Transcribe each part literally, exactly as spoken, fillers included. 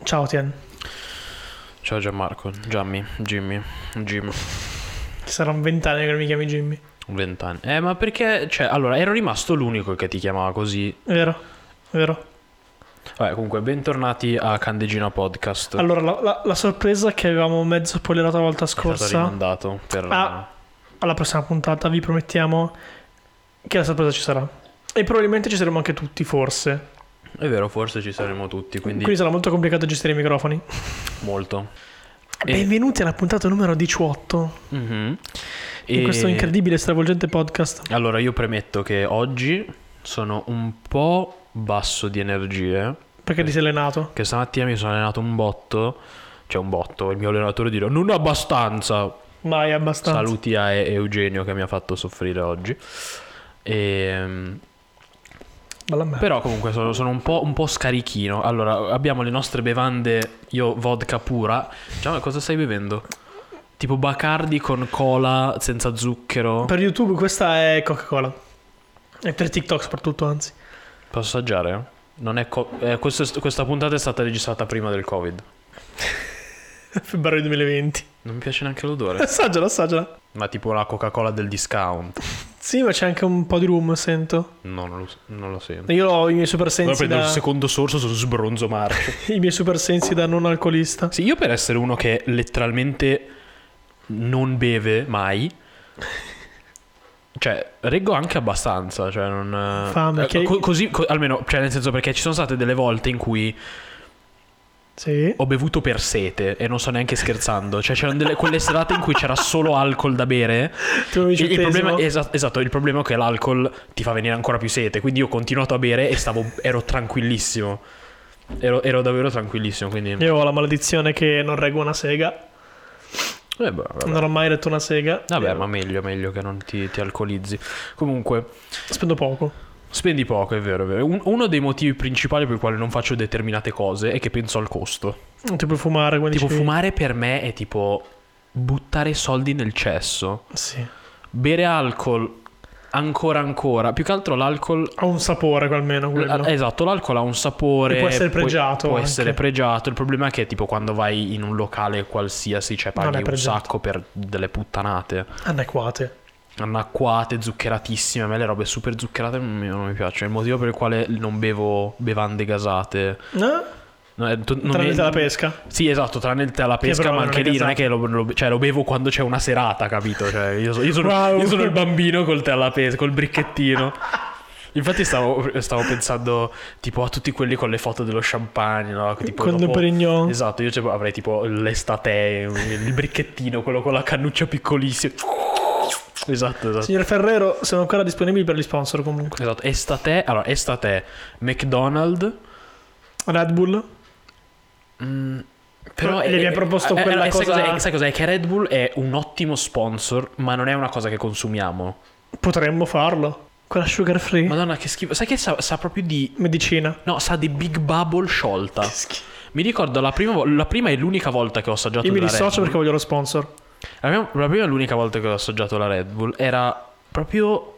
Ciao Tien. Ciao Gianmarco, Giammi, Jimmy, Jim. Saranno vent'anni che non mi chiami Jimmy. Vent'anni. Eh, ma perché, cioè, allora, ero rimasto l'unico che ti chiamava così. Vero, vero. Vabbè, comunque, bentornati a Candegina Podcast. Allora, la, la, la sorpresa che avevamo mezzo spoilerato la volta scorsa è stato rimandato per... ah, alla prossima puntata vi promettiamo che la sorpresa ci sarà. E probabilmente ci saremo anche tutti, forse. È vero, forse ci saremo tutti, quindi... Quindi sarà molto complicato gestire i microfoni. Molto. E... Benvenuti alla puntata numero diciotto. Mm-hmm. In e... questo incredibile e stravolgente podcast. Allora, io premetto che oggi sono un po' basso di energie. Perché ti sei allenato? Che stamattina mi sono allenato un botto. Cioè un botto, il mio allenatore dirà non abbastanza. Mai abbastanza. Saluti a Eugenio che mi ha fatto soffrire oggi. E... Però comunque sono, sono un, po', un po' scarichino. Allora, abbiamo le nostre bevande. Io vodka pura. Diciamo, cosa stai bevendo? Tipo Bacardi con cola senza zucchero. Per YouTube questa è Coca-Cola. E per TikTok soprattutto, anzi. Posso assaggiare? Non è co- eh, questa, questa puntata è stata registrata prima del Covid. Febbraio duemilaventi. Non mi piace neanche l'odore. Assaggiala, assaggiala. Ma tipo la Coca-Cola del discount. Sì, ma c'è anche un po' di rum, sento. No, non lo, non lo sento. Io ho i miei super sensi. Allora prendo da... il secondo sorso, sono sbronzo marcio. I miei super sensi da non alcolista. Sì, io per essere uno che letteralmente non beve mai, cioè reggo anche abbastanza. Cioè non Fame, eh, che... co- così co- almeno, cioè nel senso, perché ci sono state delle volte in cui sì. ho bevuto per sete e non sto neanche scherzando. Cioè c'erano delle, quelle serate in cui c'era solo alcol da bere. Tu il, il problema, esatto, esatto, il problema è che l'alcol ti fa venire ancora più sete. Quindi io ho continuato a bere e stavo ero tranquillissimo. Ero, ero davvero tranquillissimo. Quindi io ho la maledizione che non reggo una sega. Eh beh, non ho mai retto una sega. Vabbè, io... ma meglio, meglio che non ti, ti alcolizzi. Comunque spendo poco. Spendi poco, è vero, è vero. Un, uno dei motivi principali per i quali non faccio determinate cose è che penso al costo. Tipo fumare, Tipo dicevi... fumare per me è tipo buttare soldi nel cesso. Sì. Bere alcol ancora ancora. Più che altro l'alcol ha un sapore almeno quello. Esatto, l'alcol ha un sapore. E può essere pregiato. Può, può anche. essere pregiato. Il problema è che tipo quando vai in un locale qualsiasi, cioè paghi un sacco per delle puttanate annacquate. Annacquate, zuccheratissime. A me le robe super zuccherate non mi, non mi piacciono. È il motivo per il quale non bevo bevande gasate. No? No, eh, tu, non tranne è... il tè alla pesca. Sì, esatto, tranne il tè alla pesca. Ma anche lì non è che lo, lo, cioè, lo bevo quando c'è una serata, capito? Cioè, io, so, io, sono, wow. io sono il bambino col tè alla pesca, col bricchettino. Infatti stavo, stavo pensando tipo a tutti quelli con le foto dello champagne, no? Tipo, con dopo... Perignon. Esatto, io cioè, avrei tipo l'estate, il bricchettino, quello con la cannuccia piccolissima. Esatto, esatto. Signor Ferrero, siamo ancora disponibili per gli sponsor comunque. Esatto, estate, allora estate McDonald's, Red Bull. Mm, però gli abbiamo proposto eh, quella eh, cosa. Sai cos'è? sai cos'è? Che Red Bull è un ottimo sponsor, ma non è una cosa che consumiamo. Potremmo farlo. Quella sugar free. Madonna, che schifo. Sai che sa, sa proprio di medicina. No, sa di Big Bubble sciolta. Che schifo. Mi ricordo la prima, la prima e l'unica volta che ho assaggiato Io mi la dissocio perché voglio lo sponsor. La, mia, la prima e l'unica volta che ho assaggiato la Red Bull era proprio...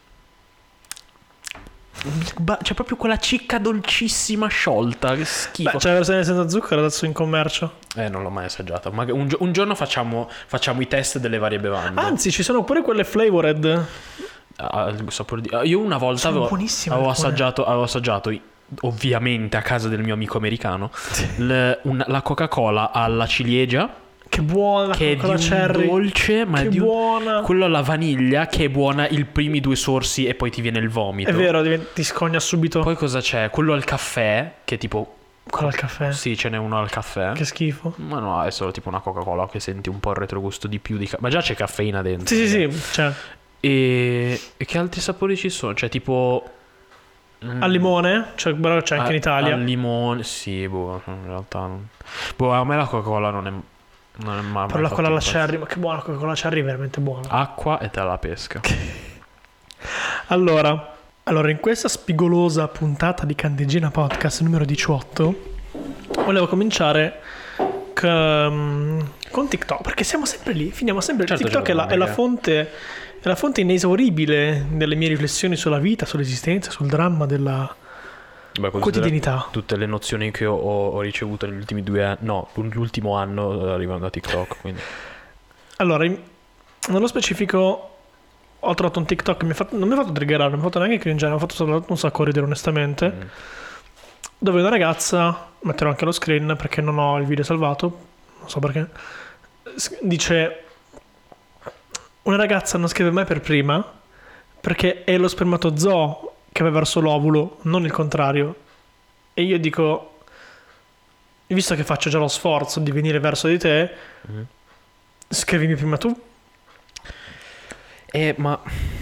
C'è proprio quella cicca dolcissima sciolta. Che schifo. Beh, c'è la versione senza zucchero adesso in commercio. Eh, non l'ho mai assaggiata. Ma un, un giorno facciamo, facciamo i test delle varie bevande. Anzi, ci sono pure quelle flavored. Ah, sapore di... Io una volta sono avevo, avevo assaggiato, avevo assaggiato, ovviamente a casa del mio amico americano, le, un, la Coca-Cola alla ciliegia. Che buona, che è di un cherry. dolce, ma che è di un... buona. Quello alla vaniglia, che è buona i primi due sorsi e poi ti viene il vomito. È vero, ti scogna subito. Poi cosa c'è? Quello al caffè, che tipo... Quello al caffè? Sì, ce n'è uno al caffè. Che schifo. Ma no, è solo tipo una Coca-Cola che senti un po' il retrogusto di più di... Ca... Ma già c'è caffeina dentro. Sì, sì, sì, c'è. E... e che altri sapori ci sono? Cioè tipo... Al limone? Cioè, però c'è anche a, in Italia. Al limone, sì, boh, in realtà non... Boh, a me la Coca-Cola non è... Non è mai, però la Coca-Cola cherry, ma che buona la Coca-Cola cherry, è veramente buona. Acqua e tè alla pesca. allora, allora, in questa spigolosa puntata di Candegina Podcast numero diciotto volevo cominciare con, con TikTok, perché siamo sempre lì, finiamo sempre certo, TikTok certo, è, la, è la fonte è la fonte inesauribile delle mie riflessioni sulla vita, sull'esistenza, sul dramma della Beh, quotidianità. Tutte le nozioni che ho, ho ricevuto negli ultimi due anni, no, l'ultimo anno arrivano da TikTok. Quindi. Allora, in, nello specifico ho trovato un TikTok che mi ha fatto, non mi ha fatto triggerare, non mi ha fatto neanche cringe, mi ha fatto solo un sacco ridere onestamente, mm. dove una ragazza, metterò anche lo screen perché non ho il video salvato, non so perché, dice: una ragazza non scrive mai per prima perché è lo spermatozoo che va verso l'ovulo, non il contrario. E io dico, visto che faccio già lo sforzo di venire verso di te, mm. scrivimi prima tu. Eh, ma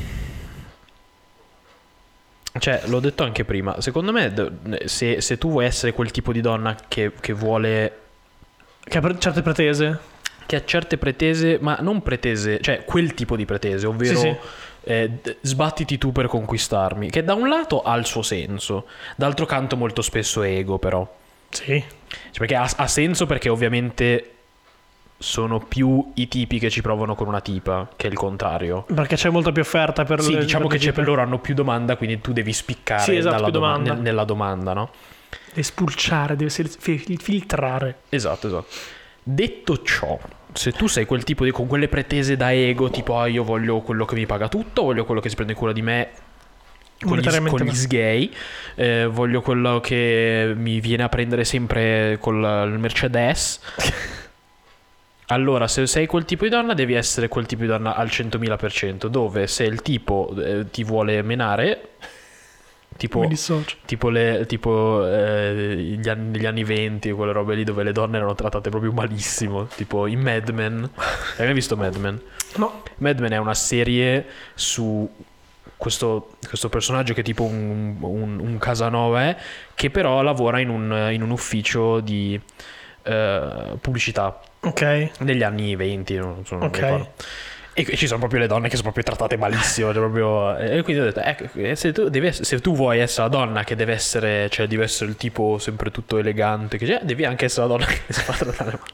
cioè, l'ho detto anche prima, secondo me se, se tu vuoi essere quel tipo di donna che, che vuole, che ha certe pretese, che ha certe pretese, ma non pretese, cioè quel tipo di pretese, ovvero sì, sì. Eh, sbattiti tu per conquistarmi, che da un lato ha il suo senso, d'altro canto molto spesso è ego, però sì, cioè, perché ha, ha senso perché ovviamente sono più i tipi che ci provano con una tipa che il contrario, perché c'è molta più offerta per sì, le, diciamo per che c'è, per loro hanno più domanda, quindi tu devi spiccare sì, esatto, dalla domanda. Doma- nel, nella domanda, no? Devi spulciare, devi filtrare. Esatto, esatto. Detto ciò, se tu sei quel tipo di, con quelle pretese da ego, tipo ah, io voglio quello che mi paga tutto, voglio quello che si prende cura di me con gli, con gli sgay, eh, voglio quello che mi viene a prendere sempre con il Mercedes. Allora, se sei quel tipo di donna, devi essere quel tipo di donna al centomila per cento, dove se il tipo eh, ti vuole menare, tipo, tipo, le, tipo eh, gli, anni, gli anni venti, quelle robe lì dove le donne erano trattate proprio malissimo, tipo in Mad Men. Hai mai visto Mad Men? No. Mad Men è una serie su questo, questo personaggio che è tipo un, un, un Casanova, eh, che però lavora in un, in un ufficio di eh, pubblicità. Ok. Negli anni venti, non so, non okay. mi ricordo. E ci sono proprio le donne che sono proprio trattate malissimo, cioè proprio, e quindi ho detto ecco, se tu, devi essere, se tu vuoi essere la donna che deve essere, cioè deve essere il tipo sempre tutto elegante che c'è, devi anche essere la donna che si fa trattare male.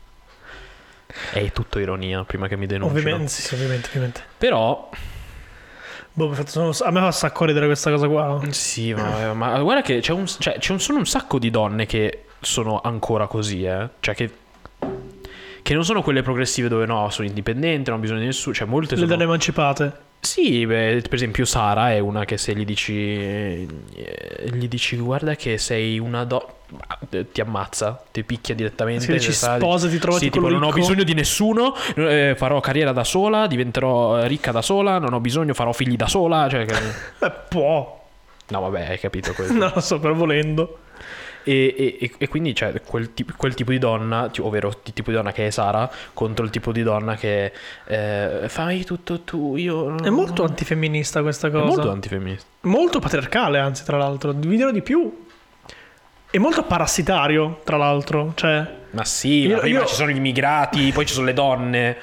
È tutto ironia, prima che mi denuncino. Ovviamente, sì, ovviamente, ovviamente. Però boh, a me fa un sacco ridere questa cosa qua. Sì, ma, ma guarda che c'è un, cioè, c'è un, sono un sacco di donne che sono ancora così, eh. Cioè che Che non sono quelle progressive dove no, sono indipendenti, non ho bisogno di nessuno. Cioè, molte le sono... donne emancipate. Sì, beh, per esempio Sara è una che se gli dici gli dici guarda che sei una donna, ti ammazza, ti picchia direttamente. Se dici sposa, ti trovi sì, tipo non ho bisogno di nessuno, eh, farò carriera da sola, diventerò ricca da sola, non ho bisogno, farò figli da sola, cioè che... eh, può. No, vabbè, hai capito questo. Non lo so, però volendo. E, e, e quindi c'è cioè, quel, tipo, quel tipo di donna, ovvero il tipo di donna che è Sara, contro il tipo di donna che eh, fai tutto tu, io... È molto antifemminista questa cosa. È molto antifemminista. Molto patriarcale, anzi, tra l'altro. Dividono di più. È molto parassitario, tra l'altro. Cioè... Ma sì, io, ma prima io... ci sono gli immigrati, poi ci sono le donne.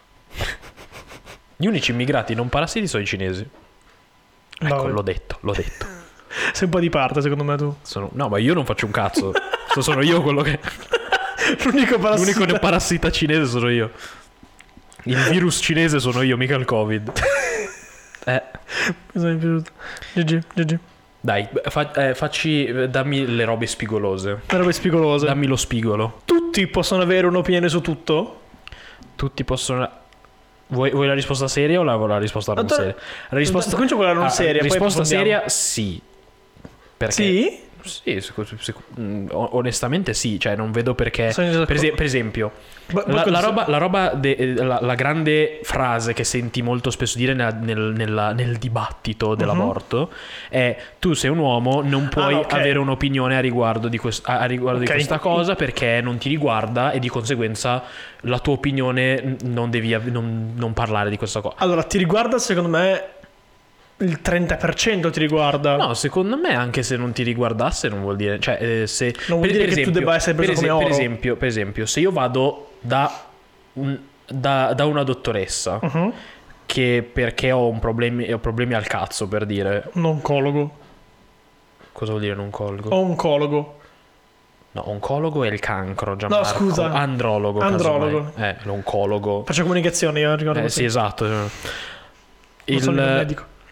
Gli unici immigrati non parassiti sono i cinesi. Ecco, no, l'ho detto, l'ho detto. Sei un po' di parte, secondo me, tu. Sono... No, ma io non faccio un cazzo. Sono io quello che... L'unico parassita. L'unico parassita cinese sono io. Il virus cinese sono io, mica il Covid. Eh. Mi sono piaciuto. G G, G G. Dai, fa, eh, facci... Dammi le robe spigolose. Le robe spigolose. Dammi lo spigolo. Tutti possono avere un'opinione su tutto? Tutti possono... Vuoi, vuoi la risposta seria o la, la risposta non seria? La risposta... Comincio con la non seria. La risposta poi seria, sì. Perché? Sì? Sì, onestamente sì, cioè non vedo perché per, es- per esempio ma, la, la roba, la, roba de, la, la grande frase che senti molto spesso dire nel, nel, nella, nel dibattito dell'aborto uh-huh. è tu sei un uomo, non puoi ah, okay. avere un'opinione a riguardo di, quest- a riguardo okay. di questa cosa perché non ti riguarda e di conseguenza la tua opinione non devi non, non parlare di questa cosa. Allora ti riguarda secondo me il trenta per cento ti riguarda. No, secondo me anche se non ti riguardasse non vuol dire, cioè eh, se non vuol per, dire per che esempio, tu debba essere preso per come esempio, oro. Per esempio, per esempio, se io vado da un, da, da una dottoressa uh-huh. che perché ho un problemi ho problemi al cazzo, per dire un oncologo. Cosa vuol dire un oncologo? O oncologo. No, oncologo è il cancro, Gianmarco. No, scusa. Andrologo. Andrologo. Eh, l'oncologo. Faccio comunicazione, io ricordo. Eh, sì, esatto. Il medico.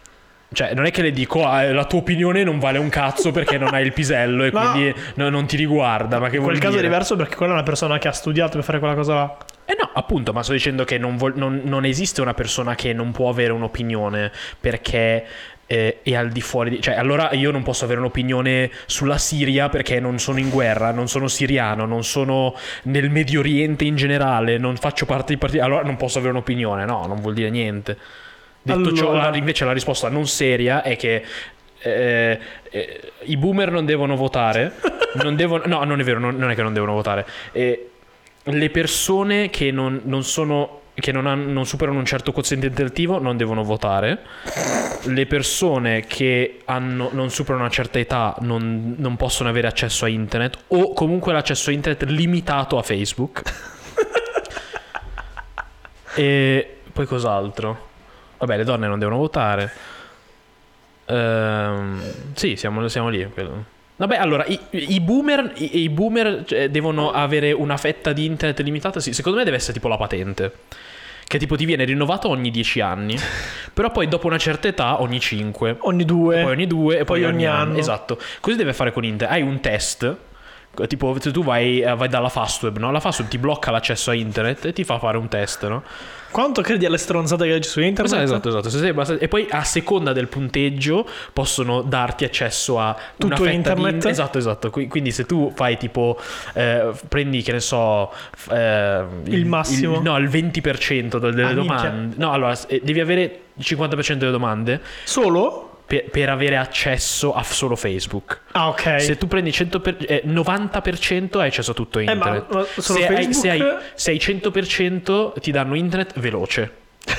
Cioè, non è che le dico ah, la tua opinione non vale un cazzo perché non hai il pisello e Ma- quindi no, non ti riguarda. Ma che In vuol quel caso è dire? diverso perché quella è una persona che ha studiato per fare quella cosa là. Eh no, appunto, ma sto dicendo che non, vol- non- non esiste una persona che non può avere un'opinione perché eh, è al di fuori di... Cioè, allora io non posso avere un'opinione sulla Siria perché non sono in guerra, non sono siriano, non sono nel Medio Oriente in generale, non faccio parte di partiti... Allora non posso avere un'opinione, no, non vuol dire niente. Detto Allora... ciò, la- invece la risposta non seria è che eh, eh, i boomer non devono votare, non devono, no, non è vero, non, non è che non devono votare. Eh, le persone che non, non sono, che non, hanno, non superano un certo quoziente intellettivo non devono votare. Le persone che hanno, non superano una certa età non, non possono avere accesso a internet, o comunque l'accesso a internet limitato a Facebook. E poi cos'altro? Vabbè, le donne non devono votare. Ehm, sì, siamo, siamo lì. Vabbè, allora, i, i boomer, i, i boomer cioè, devono avere una fetta di internet limitata. Sì, secondo me deve essere tipo la patente. Che tipo ti viene rinnovato ogni dieci anni. Però poi dopo una certa età ogni cinque. Ogni due. Poi ogni due e poi, poi ogni ogni anno. anno. Esatto. Così deve fare con internet. Hai un test. Tipo se tu vai, vai dalla Fastweb, no? La Fastweb ti blocca l'accesso a internet e ti fa fare un test, no? Quanto credi alle stronzate che leggi su internet? Esatto, esatto, esatto. E poi a seconda del punteggio possono darti accesso a tutto una fetta internet. Di... Esatto, esatto. Quindi se tu fai tipo eh, prendi che ne so eh, il massimo. Il, no, il venti per cento delle ah, domande. Minchia. No, allora devi avere il cinquanta per cento delle domande. Solo? Per, per avere accesso a solo Facebook. Ah, ok. Se tu prendi cento per, eh, novanta per cento hai accesso a tutto internet. Eh, ma, ma solo se, Facebook... hai, se, hai, se hai cento per cento ti danno internet veloce.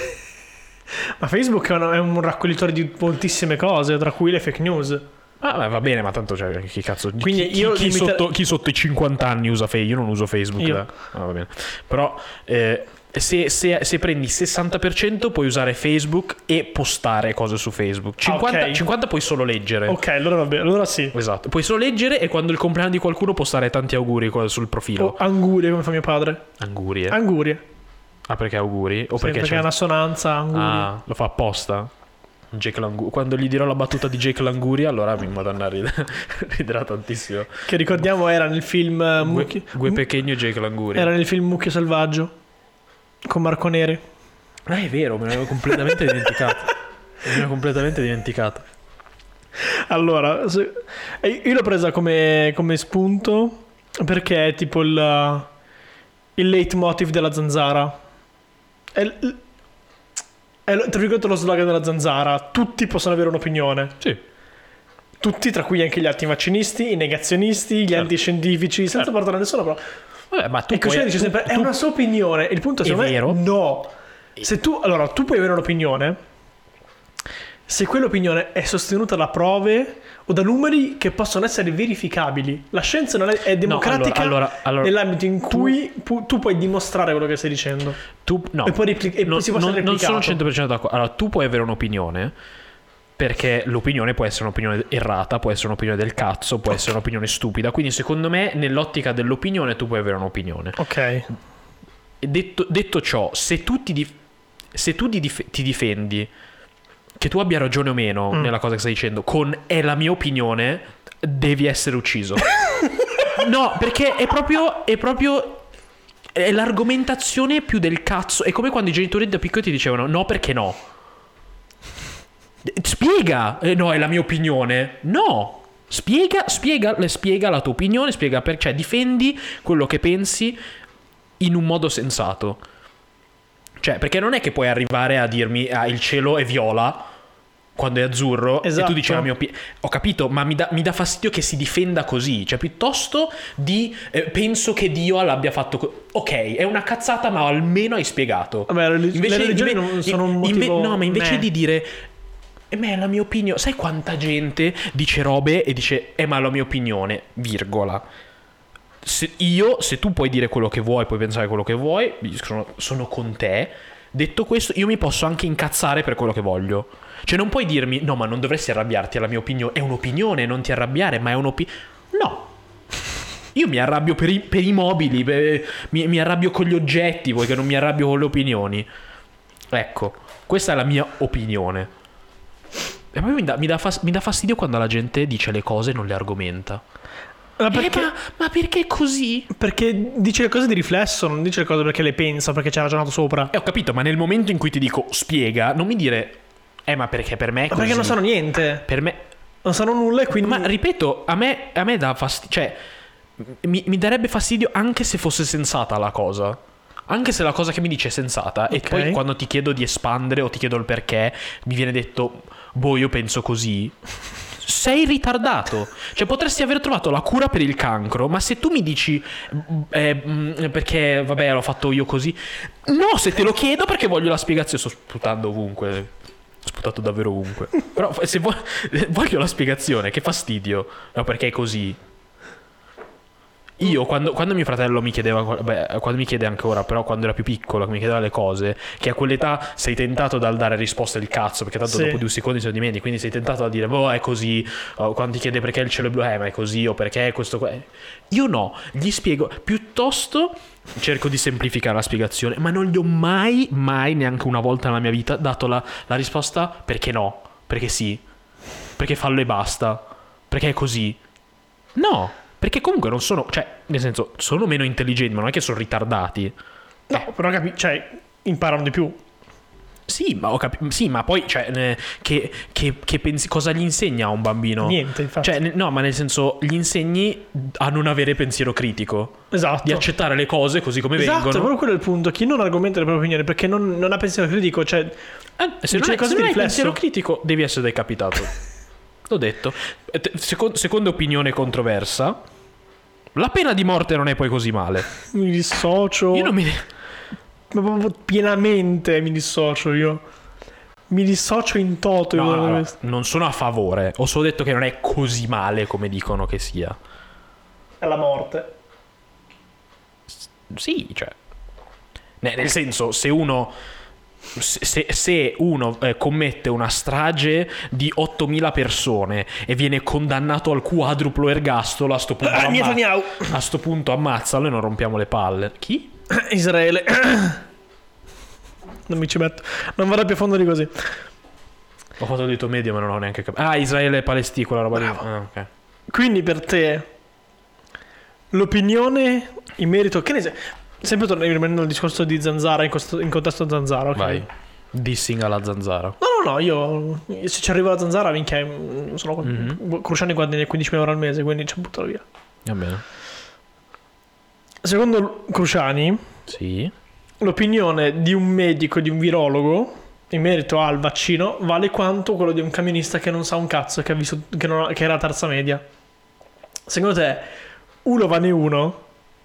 Ma Facebook è, una, è un raccoglitore di moltissime cose, tra cui le fake news. Ah, va bene, ma tanto cioè, chi cazzo. Quindi chi, io chi, limita... sotto, chi sotto i cinquanta anni usa Facebook? Io non uso Facebook. Io. Da... Ah, va bene. Però eh, se, se, se prendi sessanta per cento puoi usare Facebook e postare cose su Facebook. cinquanta, okay. cinquanta puoi solo leggere. Ok, allora va bene, allora sì. Esatto. Puoi solo leggere e quando il compleanno di qualcuno postare tanti auguri sul profilo. O angurie, come fa mio padre. Angurie. Angurie. Ah, perché auguri? O sì, perché, perché c'è è una sonanza, angurie. Ah, lo fa apposta? Jake Languria. Quando gli dirò la battuta di Jake Languria, allora mi madonna ridere. riderà tantissimo. Che ricordiamo era nel film uh, Mucchio... Gue Pequeño Jake Languria. Era nel film Mucchio Selvaggio con Marco Neri. Ah, è vero, me l'avevo completamente dimenticato. Me l'avevo completamente dimenticato. Allora, se... io l'ho presa come, come spunto perché è tipo il, il leitmotiv della Zanzara. È, il... è tra virgolette lo slogan della Zanzara. Tutti possono avere un'opinione. Sì. Tutti, tra cui anche gli antivaccinisti, i negazionisti, gli certo. antiscientifici, senza certo. portare a nessuno, però. Vabbè, ma tu e così puoi... dice sempre, tu, è tu... una sua opinione. Il punto è, è vero? Me, no. Se tu, allora, tu puoi avere un'opinione se quell'opinione è sostenuta da prove o da numeri che possono essere verificabili. La scienza non è, è democratica no, allora, allora, allora, nell'ambito in tu, cui pu, tu puoi dimostrare quello che stai dicendo. Tu, no. E poi, repli- e non, poi si può non, essere non sono replicato. cento per cento d'accordo. Allora, tu puoi avere un'opinione perché l'opinione può essere un'opinione errata, può essere un'opinione del cazzo, può okay. essere un'opinione stupida. Quindi secondo me nell'ottica dell'opinione tu puoi avere un'opinione. Ok. Detto, detto ciò, se tu ti, dif- se tu ti, dif- ti difendi che tu abbia ragione o meno mm. nella cosa che stai dicendo con è la mia opinione, devi essere ucciso. No, perché è proprio è proprio è l'argomentazione più del cazzo. È come quando i genitori da piccoli ti dicevano no perché no. Spiega. Eh, no, è la mia opinione. No. Spiega, spiega, spiega la tua opinione, spiega perché, cioè difendi quello che pensi in un modo sensato. Cioè, perché non è che puoi arrivare a dirmi ah, il cielo è viola quando è azzurro, esatto. E tu dici la mia opinione. Ho capito, ma mi dà, mi dà fastidio che si difenda così. Cioè, piuttosto di eh, penso che Dio l'abbia fatto co- ok, è una cazzata, ma almeno hai spiegato. Vabbè, le, invece, le religioni inve- non sono un motivo. Inve- no, ma invece meh. di dire eh, ma è la mia opinione. Sai quanta gente dice robe e dice eh, ma è la mia opinione, virgola. Se io, se tu puoi dire quello che vuoi, puoi pensare quello che vuoi, sono, sono con te. Detto questo, io mi posso anche incazzare per quello che voglio. Cioè non puoi dirmi no, ma non dovresti arrabbiarti, è la mia opinione. È un'opinione, non ti arrabbiare, ma è un'opinione. No. Io mi arrabbio per i, per i mobili, per, mi, mi arrabbio con gli oggetti, vuoi che non mi arrabbio con le opinioni? Ecco, questa è la mia opinione. E poi mi dà, mi, dà fas- mi dà fastidio quando la gente dice le cose e non le argomenta. Ma perché, eh, ma, ma perché così? Perché dice le cose di riflesso, non dice le cose perché le pensa, perché ci ha ragionato sopra. E ho capito, ma nel momento in cui ti dico spiega, non mi dire eh ma perché per me è Ma così. perché non sanno niente. Per me non sanno nulla e quindi... Ma ripeto, a me, a me dà fastidio, cioè mi, mi darebbe fastidio anche se fosse sensata la cosa. Anche se la cosa che mi dice è sensata, okay. E poi quando ti chiedo di espandere o ti chiedo il perché, mi viene detto boh, io penso così. Sei ritardato. Cioè potresti aver trovato la cura per il cancro, ma se tu mi dici eh, perché vabbè l'ho fatto io così, no, se te lo chiedo perché voglio la spiegazione. Sto sputando ovunque, ho sputato davvero ovunque. Però se vo- voglio la spiegazione, che fastidio. No, perché è così. Io quando, quando mio fratello mi chiedeva, beh, quando mi chiede ancora, però quando era più piccolo, che mi chiedeva le cose, che a quell'età sei tentato dal dare risposte del cazzo, perché tanto sì. dopo due secondi se lo dimentichi, quindi sei tentato a dire boh è così, o quando ti chiede perché il cielo è blu, eh ma è così, o perché è questo qua. Io no, gli spiego, piuttosto cerco di semplificare la spiegazione, ma non gli ho mai, mai, neanche una volta nella mia vita dato la, la risposta perché no, perché sì, perché fallo e basta, perché è così. No. Perché comunque non sono, cioè, nel senso, sono meno intelligenti, ma non è che sono ritardati. No, eh. però capi- cioè, imparano di più. Sì, ma ho capito. Sì, ma poi, cioè, eh, che, che, che pensi, cosa gli insegna a un bambino? Niente, infatti. Cioè, ne, no, ma nel senso, gli insegni a non avere pensiero critico. Esatto. Di accettare le cose così come esatto, vengono. Esatto, proprio quello è il punto. Chi non argomenta le proprie opinioni perché non, non ha pensiero critico, cioè, eh, se non hai pensiero critico, devi essere decapitato. L'ho detto. Secondo, seconda opinione controversa, la pena di morte non è poi così male. Mi dissocio. Io non mi... Ma proprio pienamente mi dissocio io. Mi dissocio in toto. No, no, no, non sono a favore. Ho solo detto che non è così male come dicono che sia. È la morte. S- sì, cioè nel senso, se uno Se, se uno eh, commette una strage di ottomila persone e viene condannato al quadruplo ergastolo, a sto punto, ah, amma- a sto punto ammazzalo e non rompiamo le palle. Chi? Israele. Non mi ci metto. Non vado più a fondo di così. Ho fatto il dito medio ma non ho neanche capito. Ah, Israele e Palestina, quella roba lì. Ah, okay. Quindi per te l'opinione in merito, che ne sai? Sempre rimanendo al discorso di Zanzara in, questo, in contesto Zanzara, ok? Vai. Dissing alla Zanzara. No, no, no, io se ci arrivo la Zanzara, minchia, sono mm-hmm. Cruciani guadagna quindicimila euro al mese, quindi ci butto via. Va bene. Secondo Cruciani, sì, l'opinione di un medico, di un virologo in merito al vaccino vale quanto quello di un camionista che non sa un cazzo, che ha visto che, non ha, che era terza media. Secondo te uno vale uno?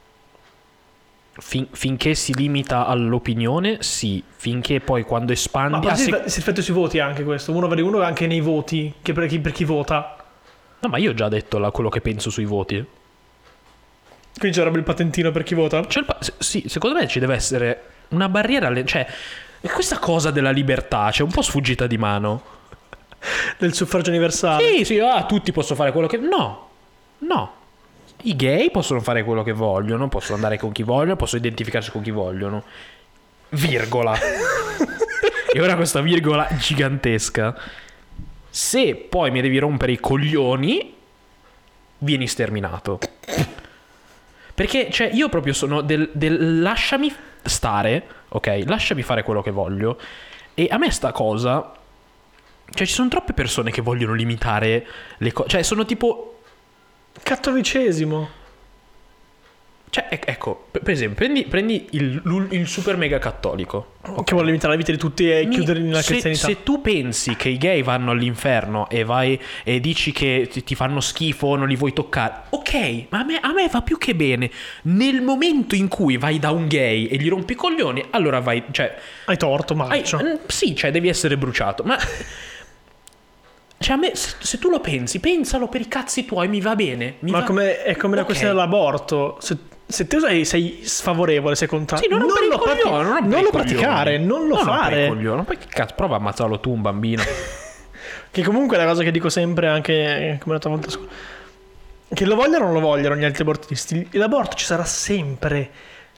Fin, finché si limita all'opinione, sì. Finché poi quando espandi... Ma ah, si, se... si riflette sui voti anche questo. Uno vale uno anche nei voti, che per chi, per chi vota. No, ma io ho già detto la, quello che penso sui voti. Quindi c'era il patentino per chi vota? C'è il pa- sì, secondo me ci deve essere una barriera. Cioè, questa cosa della libertà c'è un po' sfuggita di mano. Del suffragio universale. Sì, sì, ah, tutti possono fare quello che... No, no. I gay possono fare quello che vogliono, possono andare con chi vogliono, possono identificarsi con chi vogliono. Virgola. E ora questa virgola gigantesca. Se poi mi devi rompere i coglioni, vieni sterminato. Perché, cioè, io proprio sono del, del lasciami stare, ok? Lasciami fare quello che voglio. E a me sta cosa... Cioè, ci sono troppe persone che vogliono limitare le cose. Cioè, sono tipo... cattolicesimo. Cioè, ecco, per esempio, prendi, prendi il, il super mega cattolico, okay, che vuole limitare la vita di tutti e Mi, chiuderli nella se, cristianità. Se tu pensi che i gay vanno all'inferno e vai e dici che ti, ti fanno schifo, non li vuoi toccare, ok, ma a me, a me va più che bene. Nel momento in cui vai da un gay e gli rompi i coglioni, allora vai, cioè... Hai torto, marcio. Hai, sì, cioè devi essere bruciato, ma... Cioè a me, se, se tu lo pensi, pensalo per i cazzi tuoi, mi va bene. Mi ma va... come, è come okay. La questione dell'aborto. Se, se te sei, sei sfavorevole, sei contrario, sì, non, non, lo, prati- coglione, non, non lo praticare, non lo no, fare. Non poi che cazzo, prova a ammazzarlo tu un bambino. Che comunque è la cosa che dico sempre anche come l'altra volta scorsa. Che lo vogliano o non lo vogliano gli altri abortisti, l'aborto ci sarà sempre.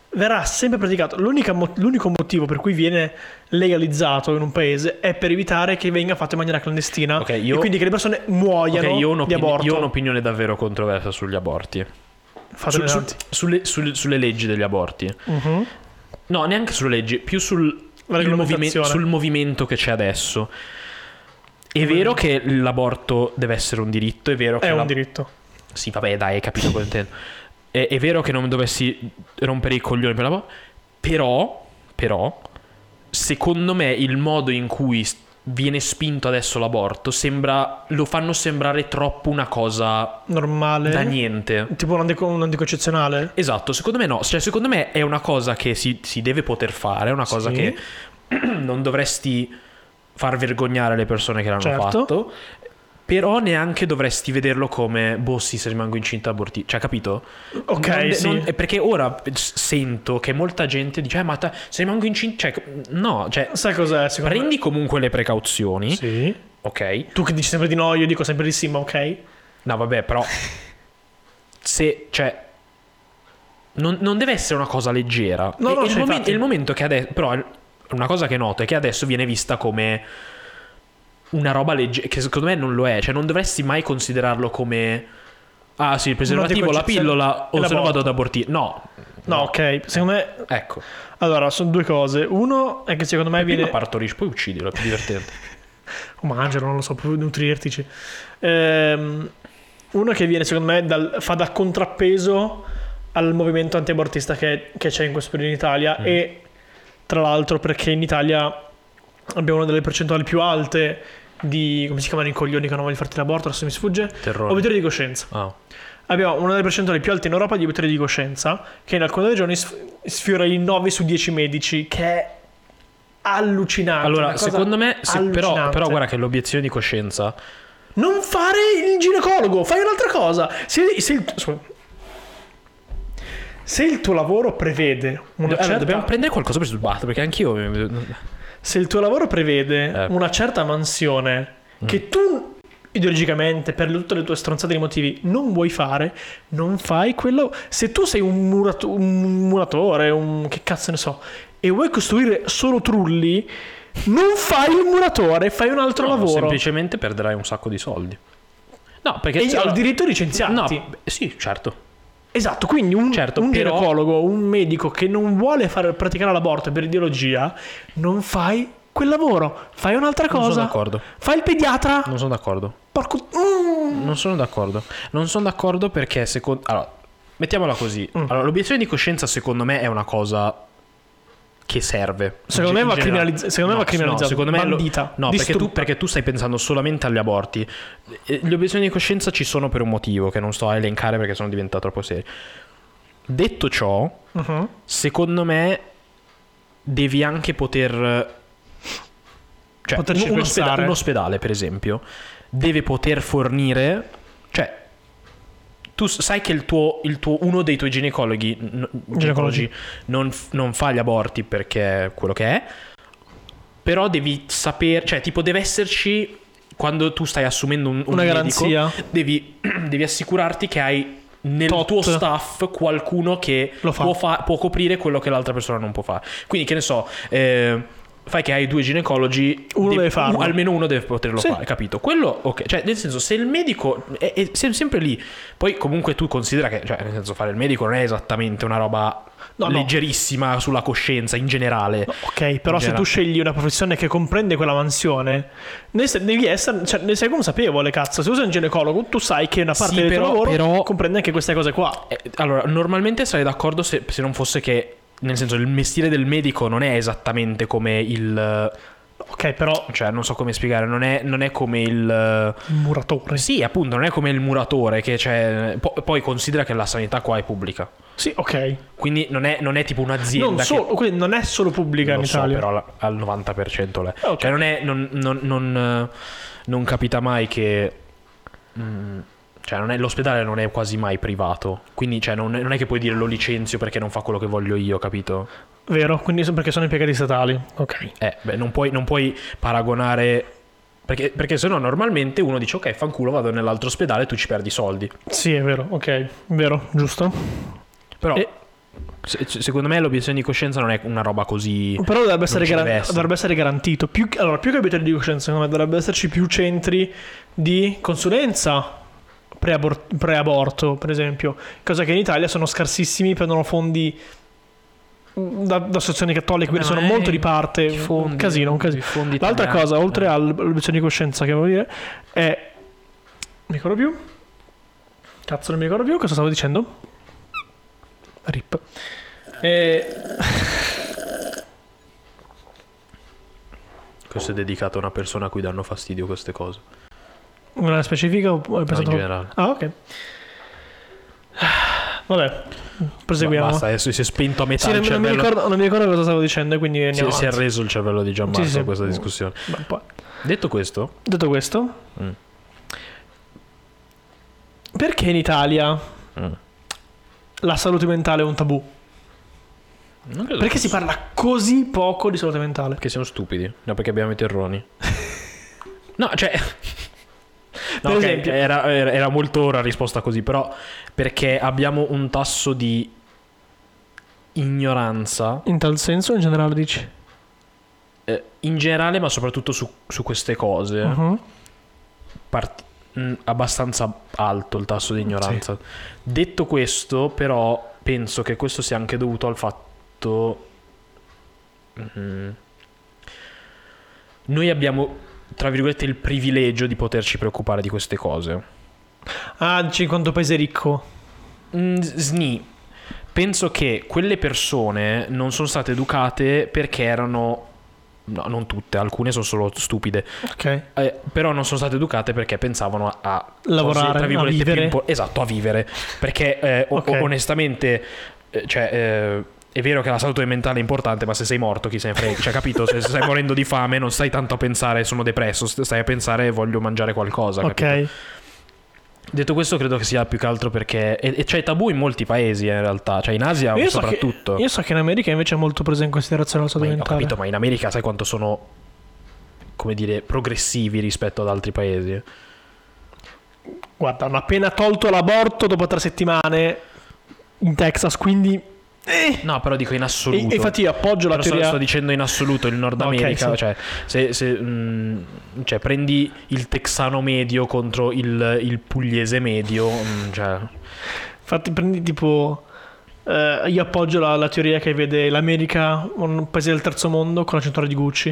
verrà sempre praticato. L'unica mo- l'unico motivo per cui viene legalizzato in un paese è per evitare che venga fatto in maniera clandestina, okay, io... e quindi che le persone muoiano okay, io di aborto. Io ho un'opinione davvero controversa sugli aborti. Su, su, sulle, sulle, sulle leggi degli aborti. Uh-huh. No, neanche sulle leggi, più sul, il movime- sul movimento che c'è adesso. È vero che l'aborto deve essere un diritto, è vero che... È la... un diritto. Sì, vabbè, dai, hai capito cosa intendo. È, è vero che non dovessi rompere i coglioni per l'aborto, però, però, secondo me il modo in cui viene spinto adesso l'aborto sembra, lo fanno sembrare troppo una cosa normale, da niente, tipo un, antico, un anticoncezionale. Esatto, secondo me no, cioè secondo me è una cosa che si, si deve poter fare, è una cosa sì. che non dovresti far vergognare le persone che l'hanno certo. fatto, però neanche dovresti vederlo come boh sì, se rimango incinta aborti, cioè capito? Ok, non, sì. non, perché ora sento che molta gente dice eh, ma ta, se rimango incinta, cioè no, cioè sai cos'è? Prendi me... comunque le precauzioni. Sì. Ok. Tu che dici sempre di no, io dico sempre di sì, ma ok. No, vabbè, però se cioè non, non deve essere una cosa leggera. No, e, no, il, cioè, momen- il momento che adesso, però una cosa che noto è che adesso viene vista come una roba leggera, che secondo me non lo è, cioè non dovresti mai considerarlo come ah sì, il preservativo, la pillola o se no vado ad abortire. No. No, no, ok, secondo me ecco. Allora, sono due cose. Uno è che secondo me prima viene partorisci, poi uccidilo, è più divertente. O mangialo, non lo so, puoi nutrirtici. Ehm, uno che viene secondo me dal, fa da contrappeso al movimento antiabortista che, che c'è in questo periodo in Italia mm. e tra l'altro perché in Italia abbiamo una delle percentuali più alte di, come si chiamano i coglioni che non vogliono farti l'aborto, adesso mi sfugge, terrore, obiettori di coscienza. Oh. Abbiamo una delle percentuali più alte in Europa di obiettori di coscienza, che in alcune regioni sfiora i nove su dieci medici, che è allucinante. Allora, secondo me, se, però, però guarda che l'obiezione di coscienza, non fare il ginecologo, fai un'altra cosa. Se, se, il, se il tuo lavoro prevede una allora, certa... dobbiamo prendere qualcosa per sul battere, perché anch'io... Se il tuo lavoro prevede eh. una certa mansione mm. che tu ideologicamente per tutte le tue stronzate di motivi non vuoi fare, non fai quello. Se tu sei un, murato, un muratore, un che cazzo ne so, e vuoi costruire solo trulli, non fai il muratore, fai un altro no, lavoro. Semplicemente perderai un sacco di soldi. No, perché e ho il diritto di licenziarti. No, sì, certo. Esatto, quindi un, certo, un però... ginecologo, un medico che non vuole fare, praticare l'aborto per ideologia, non fai quel lavoro, fai un'altra cosa. Non sono d'accordo. Fai il pediatra. Non sono d'accordo. Porco... Mm. Non sono d'accordo. Non sono d'accordo perché secondo... Allora, mettiamola così. Mm. Allora, l'obiezione di coscienza secondo me è una cosa che serve. Secondo me va criminalizzata. Secondo me va criminalizzata. No, secondo me bandita. Lo... No, perché tu, perché tu stai pensando solamente agli aborti. Le obiezioni di coscienza ci sono per un motivo che non sto a elencare perché sono diventato troppo serio. Detto ciò, uh-huh. secondo me devi anche poter... Cioè, un, un, ospedale, un ospedale, per esempio, deve poter fornire... Cioè, tu sai che il tuo, il tuo uno dei tuoi ginecologi, ginecologi non, non fa gli aborti perché è quello che è, però devi sapere... Cioè, tipo, deve esserci... Quando tu stai assumendo un, un una medico, garanzia, devi, devi assicurarti che hai... nel Tot. tuo staff qualcuno che può, fa- può coprire quello che l'altra persona non può fare. Quindi che ne so, eh, fai che hai due ginecologi, uno deve, deve farlo, un, almeno uno deve poterlo sì. fare, capito? Quello ok, cioè nel senso, se il medico è, è sempre lì, poi comunque tu considera che, cioè nel senso, fare il medico non è esattamente una roba no, leggerissima no. sulla coscienza in generale. No, ok, però se tu scegli una professione che comprende quella mansione, ne sei, devi essere, cioè, ne sei consapevole, cazzo. Se usi un ginecologo, tu sai che una parte sì, del però, tuo lavoro però, comprende anche queste cose qua. Eh, allora, normalmente sarei d'accordo se, se non fosse che, nel senso, il mestiere del medico non è esattamente come il... Ok, però... Cioè, non so come spiegare, non è, non è come il... muratore. Sì, appunto, non è come il muratore, che c'è... Po- poi considera che la sanità qua è pubblica. Sì, ok. Quindi non è, non è tipo un'azienda non solo, che... Quindi non è solo pubblica non in so, Italia. Però la, al novanta per cento l'è. Okay. Cioè non è... Non, non, non, non capita mai che... Mm, cioè non è, l'ospedale non è quasi mai privato. Quindi cioè, non, è, non è che puoi dire lo licenzio perché non fa quello che voglio io, capito? Vero, quindi perché sono impiegati statali. Ok. Eh, beh, non puoi, non puoi paragonare... Perché, perché se no normalmente uno dice ok, fanculo, vado nell'altro ospedale e tu ci perdi soldi. Sì, è vero, ok, vero, giusto. Però e... secondo me l'obiezione di coscienza non è una roba così. Però dovrebbe essere, gar- dovrebbe essere garantito. Più, allora, più che obiezione di coscienza, secondo me dovrebbe esserci più centri di consulenza pre-abor- pre-aborto, per esempio. Cosa che in Italia sono scarsissimi, prendono fondi da, da associazioni cattoliche, quindi sono molto di parte. Fondi, un casino, un casino. L'altra italiani. cosa, oltre eh. all'obiezione di coscienza, che volevo dire, è. Mi ricordo più? Cazzo, non mi ricordo più cosa stavo dicendo. Rip. E... Questo è dedicato a una persona a cui danno fastidio queste cose. Una specifica o hai pensato? No, in generale. Ah, ok. Vabbè, proseguiamo. Ma basta, adesso si è spento a metà sì, il non, cervello. Non mi, ricordo, non mi ricordo cosa stavo dicendo, quindi andiamo si, si è reso il cervello di Gianmarco sì, sì, a questa discussione. Beh, poi. Detto questo, Detto questo, mm. perché in Italia mm. la salute mentale è un tabù? Non credo perché che si parla così poco di salute mentale? Perché siamo stupidi, no, perché abbiamo i terroni. No, cioè no, per okay, esempio era, era, era molto ora risposta così, però perché abbiamo un tasso di ignoranza. In tal senso, in generale dici? Eh, in generale, ma soprattutto su, su queste cose uh-huh. part- mh, abbastanza alto il tasso di ignoranza. Sì. Detto questo, però penso che questo sia anche dovuto al fatto mm, noi abbiamo, tra virgolette, il privilegio di poterci preoccupare di queste cose. Ah, dici in quanto paese ricco? Mm, sni. Penso che quelle persone non sono state educate perché erano, no, non tutte, alcune sono solo stupide. Ok. Eh, però non sono state educate perché pensavano a, a lavorare, cose, tra virgolette, a vivere. Più impo- esatto, a vivere. Perché eh, okay. o- onestamente, eh, cioè, eh, è vero che la salute mentale è importante, ma se sei morto chi se ne frega, cioè, capito? Se stai morendo di fame non stai tanto a pensare sono depresso, stai a pensare voglio mangiare qualcosa, capito? Ok. Detto questo, credo che sia più che altro perché e, e c'è tabù in molti paesi in realtà, cioè in Asia io soprattutto. So che, io so che in America invece è molto presa in considerazione la salute mentale. Ho capito, ma in America sai quanto sono, come dire, progressivi rispetto ad altri paesi? Guarda, hanno appena tolto l'aborto dopo tre settimane in Texas, quindi eh. No, però dico in assoluto. E, infatti io appoggio la però teoria. Sto, sto dicendo in assoluto il Nord America, okay, sì. cioè se, se mh, cioè prendi il texano medio contro il, il pugliese medio, mh, cioè. Infatti prendi tipo eh, io appoggio la, la teoria che vede l'America un paese del terzo mondo con la cintura di Gucci.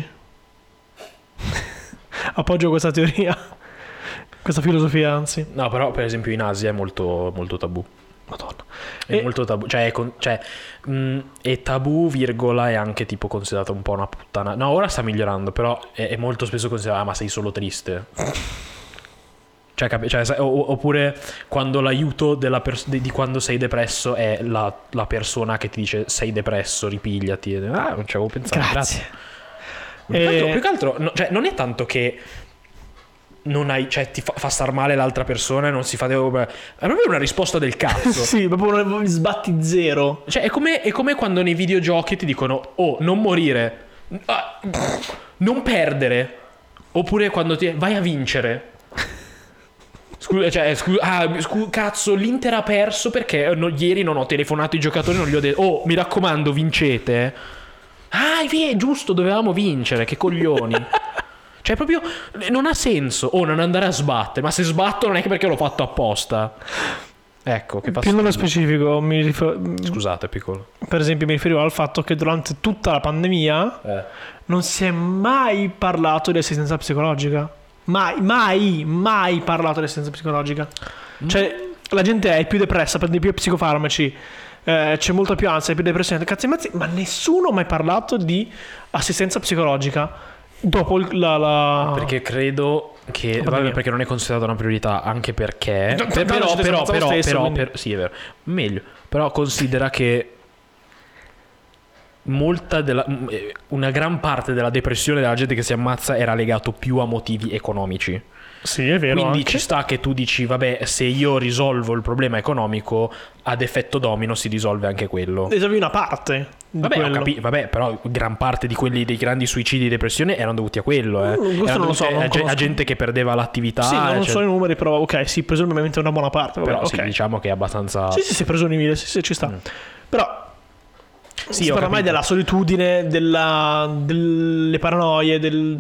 Appoggio questa teoria, questa filosofia, anzi. No, però per esempio in Asia è molto, molto tabù. Madonna. È e... molto tabù, cioè, è, con, cioè mh, è tabù, virgola, è anche tipo considerato un po' una puttana. No, ora sta migliorando, però è, è molto spesso considerato, ah, ma sei solo triste. Cioè, capi- cioè o, oppure quando l'aiuto della pers- di, di quando sei depresso è la, la persona che ti dice sei depresso, ripigliati. Ah, non ci avevo pensato. Grazie. Grazie. Più, che altro, più che altro no, cioè, non è tanto che non hai, cioè ti fa, fa star male l'altra persona e non si fa, devo, è proprio una risposta del cazzo. Sì, proprio un sbatti zero. Cioè è come, è come quando nei videogiochi ti dicono oh, non morire, ah, non perdere, oppure quando ti vai a vincere. Scusa, cioè, scusa, ah, scu- cazzo, l'Inter ha perso perché no, ieri non ho telefonato ai giocatori, non gli ho detto oh, mi raccomando, vincete. Ah, via, è giusto, dovevamo vincere, che coglioni. Cioè proprio non ha senso. O oh, non andare a sbattere. Ma se sbatto non è che perché l'ho fatto apposta. Ecco, che più nello specifico mi rifer- Scusate, piccolo. Per esempio mi riferivo al fatto che durante tutta la pandemia eh. non si è mai parlato di assistenza psicologica. Mai, mai, mai parlato di assistenza psicologica. mm. Cioè la gente è più depressa, prende più psicofarmaci, eh, c'è molta più ansia, più depressione. Cazzo, ma nessuno ha mai parlato di assistenza psicologica dopo la, la... Perché credo che vabbè, perché non è considerata una priorità, anche perché no, per, però però però, stesso, però quindi... per, sì, è vero, meglio. Però considera che molta della una gran parte della depressione della gente che si ammazza era legato più a motivi economici. Sì, è vero. Quindi anche. ci sta che tu dici vabbè, se io risolvo il problema economico, ad effetto domino si risolve anche quello. Risolvi una parte di vabbè, quello. Ho capi- vabbè, però gran parte di quelli dei grandi suicidi di depressione erano dovuti a quello, eh. Mm, erano non lo so, non a, a gente che perdeva l'attività. Sì, non cioè... so i numeri, però ok, sì, presumibilmente una buona parte. Vabbè, però okay. sì, diciamo che è abbastanza. Sì, sì, sì, presumibile, sì, sì, ci sta. Mm. Però sì, si parla mai della solitudine, della, delle paranoie, del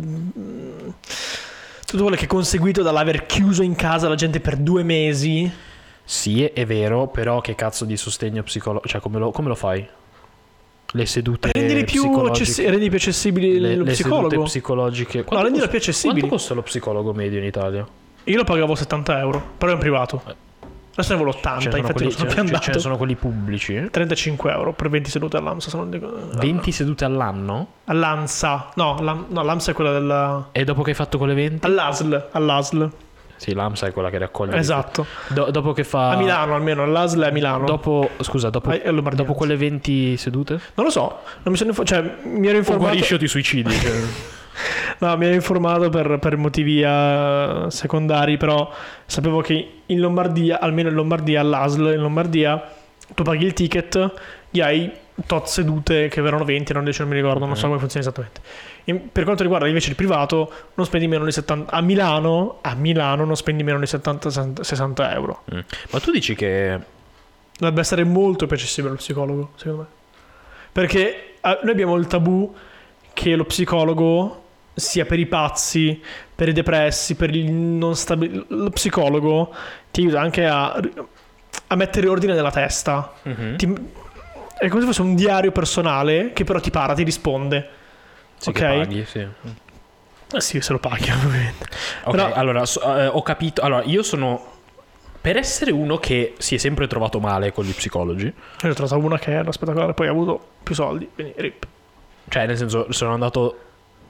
tutto quello che è conseguito dall'aver chiuso in casa la gente per due mesi. Sì, è vero, però che cazzo di sostegno psicologico, cioè come lo, come lo fai? Le sedute rendili più accessi- rendi più accessibili le, lo le psicologo sedute psicologiche. Quanto no, rendilo costa, più accessibili. Quanto costa lo psicologo medio in Italia? Io lo pagavo settanta euro, però è in privato. Eh. Adesso ne volevo ottanta, ce infatti quelli, non sono ce, più andato. ce ne sono quelli pubblici? trentacinque euro per venti sedute all'AMSA. Sono... venti sedute all'anno? All'ANSA. No, l'Am... no, l'AMSA è quella della... E dopo che hai fatto quelle venti? All'A S L. All'A S L. Sì, l'AMSA è quella che raccoglie. Esatto. Do- dopo che fa... A Milano almeno, all'A S L è a Milano. Dopo, scusa, dopo, ah, dopo quelle venti sedute? Non lo so, non mi sono inf- cioè mi ero informato. O guarisci o ti suicidi, cioè... No, mi ero informato per, per motivi uh, secondari, però sapevo che in Lombardia, almeno in Lombardia, all'A S L in Lombardia, tu paghi il ticket, gli hai tot sedute che erano venti, non, non mi ricordo, non so come funziona esattamente. In, per quanto riguarda invece il privato, non spendi meno di settanta a Milano, a Milano non spendi meno di settanta sessanta euro. Mm. Ma tu dici che dovrebbe essere molto più accessibile lo psicologo, secondo me. Perché uh, noi abbiamo il tabù che lo psicologo sia per i pazzi, per i depressi, per il non stabile. Lo psicologo ti aiuta anche a, a mettere ordine nella testa. Mm-hmm. Ti, è come se fosse un diario personale che però ti para, ti risponde. Sì, ok? Che paghi, sì. Eh sì, se lo paghi ovviamente. Ok, però, allora so, eh, ho capito. Allora, io sono, per essere uno che si è sempre trovato male con gli psicologi. Io ho trovato una che era spettacolare, poi ha avuto più soldi, quindi rip. Cioè, nel senso, sono andato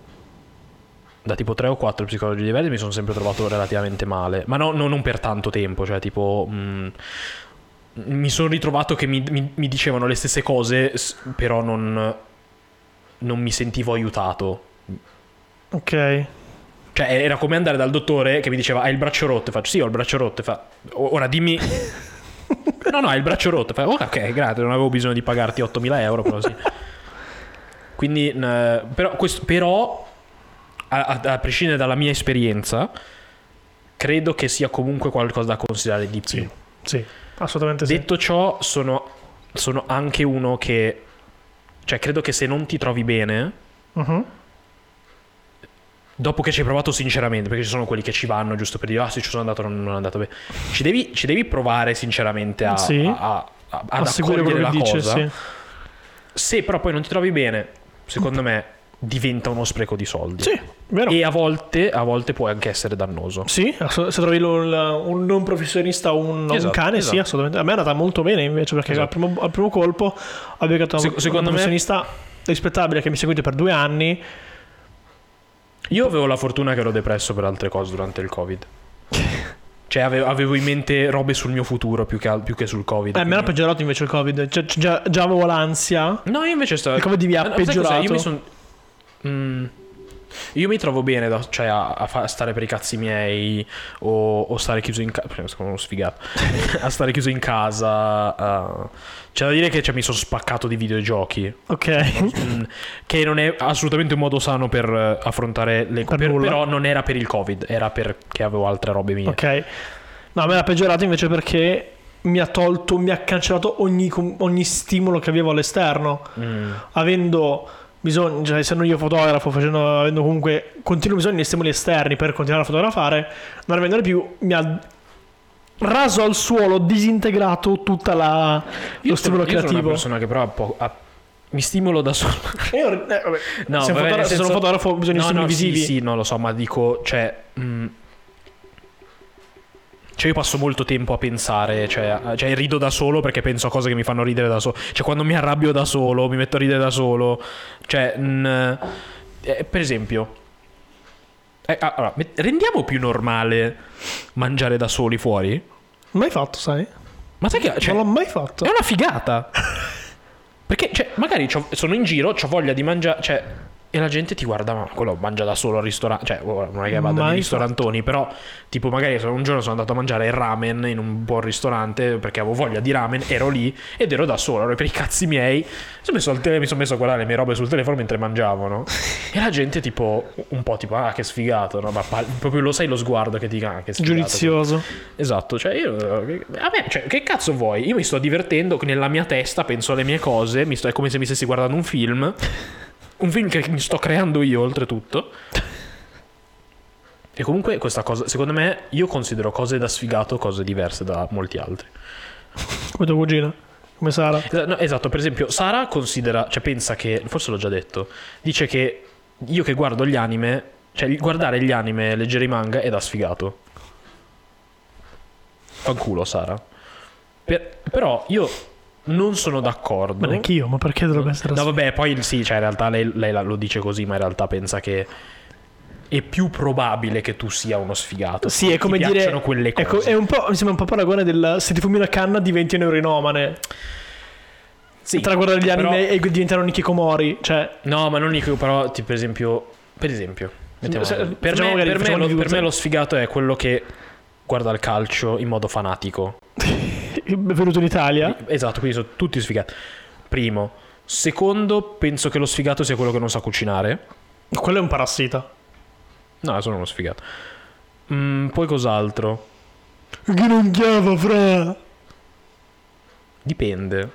da tipo tre o quattro psicologi diversi, mi sono sempre trovato relativamente male. Ma no, no non per tanto tempo, cioè tipo... Mh, mi sono ritrovato che mi, mi, mi dicevano le stesse cose, però non, non mi sentivo aiutato. Ok. Cioè era come andare dal dottore che mi diceva hai il braccio rotto, e faccio sì ho il braccio rotto, e fa ora dimmi no no hai il braccio rotto, e fa ok grazie, non avevo bisogno di pagarti ottomila euro, però sì. Quindi eh, però, questo, però a, a, a prescindere dalla mia esperienza credo che sia comunque qualcosa da considerare di più. Sì, sì. Assolutamente sì. Detto Detto ciò, sono, sono anche uno che, cioè, credo che se non ti trovi bene, uh-huh. dopo che ci hai provato sinceramente, perché ci sono quelli che ci vanno giusto per dire, ah, sì, ci sono andato, non, non è andato bene. Ci devi, ci devi provare sinceramente a, sì. a, a, a, ad a accogliere la dice, cosa. Sì. Se però poi non ti trovi bene, secondo me diventa uno spreco di soldi. Sì, vero. E a volte, a volte può anche essere dannoso. Sì, se trovi un, un non professionista o un, esatto, un cane, esatto. Sì, assolutamente. A me è andata molto bene invece, perché esatto. al, primo, al primo colpo ho beccato Se, un, un professionista me... rispettabile che mi seguite per due anni. Io avevo la fortuna che ero depresso per altre cose durante il Covid. Cioè avevo, avevo in mente robe sul mio futuro più che, più che sul Covid. Eh, me l'ha peggiorato invece il Covid. Cioè, già, già avevo l'ansia. No, io invece sto... Il Covid mi ha no, peggiorato. Io mi sono... Mm, io mi trovo bene da, cioè a, a, fa, a stare per i cazzi miei o, o stare chiuso in casa. Sono uno sfigato. A stare chiuso in casa. Uh, c'è da dire che cioè, mi sono spaccato di videogiochi. Ok. Che non è assolutamente un modo sano per affrontare le cose. Per, però non era per il Covid, era perché avevo altre robe mie. Ok. No, a me l'ha peggiorato invece perché mi ha tolto, mi ha cancellato ogni, ogni stimolo che avevo all'esterno. Mm. Avendo bisogno, cioè essendo io fotografo, facendo, avendo comunque continuo bisogno di stimoli esterni per continuare a fotografare, non avendone più mi ha raso al suolo, disintegrato tutta la io lo stimolo sono, creativo. Io sono una persona che però ha po- ha, mi stimolo da solo. Io, eh, vabbè, no, se, vabbè, fotografo, senso, se sono fotografo ho bisogno no, di stimoli no, visivi. Sì, sì, no, lo so, ma dico, cioè mh, cioè io passo molto tempo a pensare, cioè, cioè rido da solo perché penso a cose che mi fanno ridere da solo. Cioè quando mi arrabbio da solo, mi metto a ridere da solo. Cioè, mh, eh, per esempio, eh, allora, rendiamo più normale mangiare da soli fuori? Mai fatto, sai? Ma sai che cioè, non l'ho mai fatto. È una figata. Perché, cioè, magari sono in giro, c'ho voglia di mangiare, cioè, E la gente ti guarda, ma quello mangia da solo al ristorante. Cioè, non è che vado nei ristorantoni, però tipo magari un giorno sono andato a mangiare il ramen in un buon ristorante perché avevo voglia di ramen, ero lì ed ero da solo, ero per i cazzi miei. Sono messo al tele- mi sono messo a guardare le mie robe sul telefono mentre mangiavo, no? E la gente tipo un po' tipo ah che sfigato, no? Ma pa- proprio lo sai lo sguardo che ti dica ah, che sfigato. Giudizioso. Esatto, cioè io a me, cioè, che cazzo vuoi? Io mi sto divertendo nella mia testa, penso alle mie cose, mi sto, è come se mi stessi guardando un film. Un film che mi sto creando io, oltretutto. E comunque questa cosa, secondo me, io considero cose da sfigato cose diverse da molti altri. Come tua cugina? Come Sara? No, esatto, per esempio, Sara considera, cioè pensa che, forse l'ho già detto, dice che io che guardo gli anime, cioè guardare gli anime, leggere i manga è da sfigato. Fanculo, Sara. Per, però io... non sono d'accordo. Ma neanche io, ma perché dovrebbe essere no vabbè poi sì, cioè in realtà lei, lei lo dice così, ma in realtà pensa che è più probabile che tu sia uno sfigato. Sì, è come ti dire quelle cose. Ecco, è un po', mi sembra un po' paragone del se ti fumi una canna diventi un eurinomane. Sì, tra guardare gli anime però... e diventare un Hikikomori, cioè no, ma non Nico, però ti, per esempio per esempio mettiamo, se, per, me, per, me lo, per me lo sfigato è quello che guarda il calcio in modo fanatico. È venuto in Italia. Esatto, quindi sono tutti sfigati. Primo. Secondo, penso che lo sfigato sia quello che non sa cucinare. Quello è un parassita. No, sono uno sfigato. mm, Poi cos'altro? Che non chiama, fra. Dipende.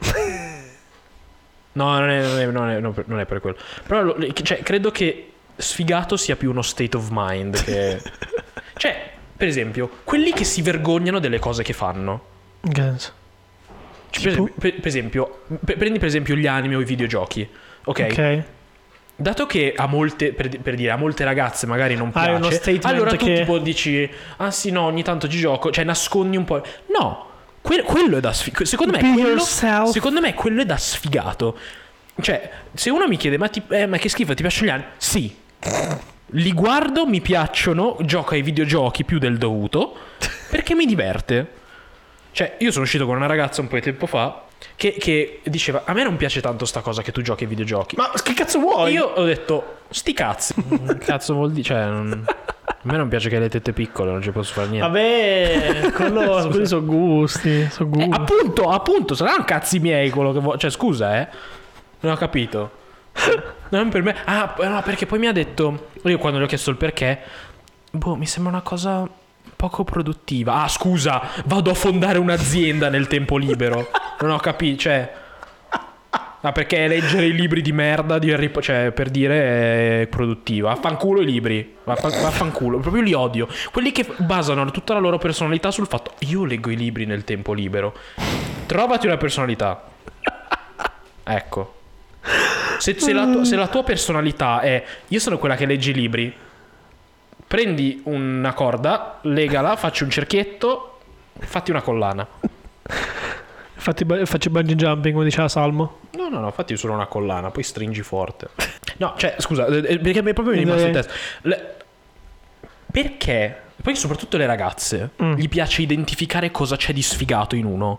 No, non è, non, è, non, è, non è per quello. Però cioè, credo che sfigato sia più uno state of mind che... Cioè, per esempio, quelli che si vergognano delle cose che fanno. Cioè, per, esempio, per, per esempio per, prendi per esempio gli anime o i videogiochi, ok? Ok. Dato che a molte, per, per dire, a molte ragazze magari non piace, ah, uno allora tu che... tipo dici ah sì no ogni tanto ci gioco, cioè nascondi un po'. No, que- quello è da sfigato. Secondo me quello, secondo me quello è da sfigato. Cioè se uno mi chiede ma, ti, eh, ma che schifo, ti piacciono gli anime? Sì, li guardo, mi piacciono, gioco ai videogiochi più del dovuto perché mi diverte. Cioè, io sono uscito con una ragazza un po' di tempo fa che, che diceva a me non piace tanto sta cosa che tu giochi ai videogiochi. Ma che cazzo vuoi? Io ho detto sti cazzi. Cazzo vuol dire? Cioè, non... a me non piace che hai le tette piccole, non ci posso fare niente. Vabbè, quello, quelli sono gusti, sono gusti. Eh, appunto, appunto, saranno cazzi miei quello che vuoi. Cioè, scusa, eh. Non ho capito. Non per me. Ah, no, perché poi mi ha detto, io quando gli ho chiesto il perché, boh, mi sembra una cosa poco produttiva. Ah, scusa, vado a fondare un'azienda nel tempo libero. Non ho capito, cioè. Ah, perché leggere i libri di merda di Harry Potter, cioè, per dire è produttiva. Vaffanculo i libri. Vaffanculo, proprio li odio. Quelli che basano tutta la loro personalità sul fatto io leggo i libri nel tempo libero. Trovati una personalità. Ecco. Se, se, la tua, se la tua personalità è io sono quella che legge i libri, prendi una corda, legala, facci un cerchietto, fatti una collana. Fatti, facci bungee jumping come diceva Salmo. No no no, fatti solo una collana, poi stringi forte. No, cioè scusa, perché proprio mi è rimasto in testa. Le... Perché? Poi soprattutto le ragazze mm. gli piace identificare cosa c'è di sfigato in uno.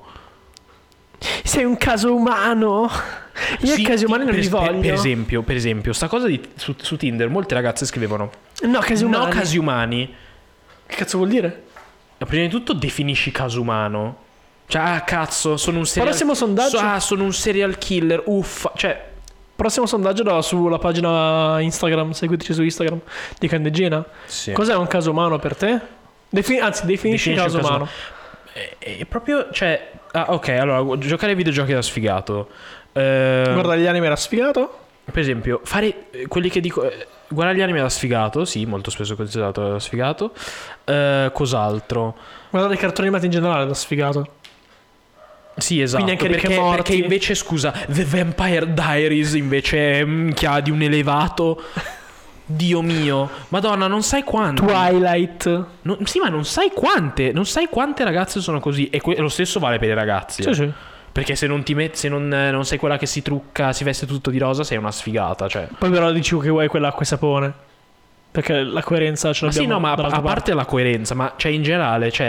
Sei un caso umano. Io sì, casi umani non li voglio. Per esempio, per esempio, sta cosa di, su, su Tinder, molte ragazze scrivono no casi umani. No casi umani. Che cazzo vuol dire? Prima di tutto definisci caso umano. Cioè, ah cazzo, sono un serial Prossimo sondaggio. so, Ah, sono un serial killer. Uffa, cioè prossimo sondaggio da, sulla pagina Instagram, seguiteci su Instagram di Candegina. Sì. Cos'è un caso umano per te? Defin- anzi, definisci, definisci caso, caso umano. È, è proprio, cioè ah, ok, allora, giocare ai videogiochi era sfigato. Eh, guardare gli anime era sfigato. Per esempio, fare quelli che dico eh, guardare gli anime era sfigato, sì, molto spesso considerato era sfigato. Eh, cos'altro? Guardare i cartoni animati in generale era sfigato. Sì, esatto. Quindi anche perché, perché invece, scusa, The Vampire Diaries invece mh, che ha di un elevato. Dio mio, Madonna, non sai quante. Twilight. No, sì, ma non sai quante. Non sai quante ragazze sono così. E que- lo stesso vale per i ragazzi. Sì, eh. sì. Perché se non ti metti, se non, non sei quella che si trucca, si veste tutto di rosa, sei una sfigata. Cioè. Poi però dici che vuoi quell'acqua e sapone. Perché la coerenza ce l'abbiamo. Ma sì, no, ma a, a parte. parte la coerenza, ma cioè in generale, cioè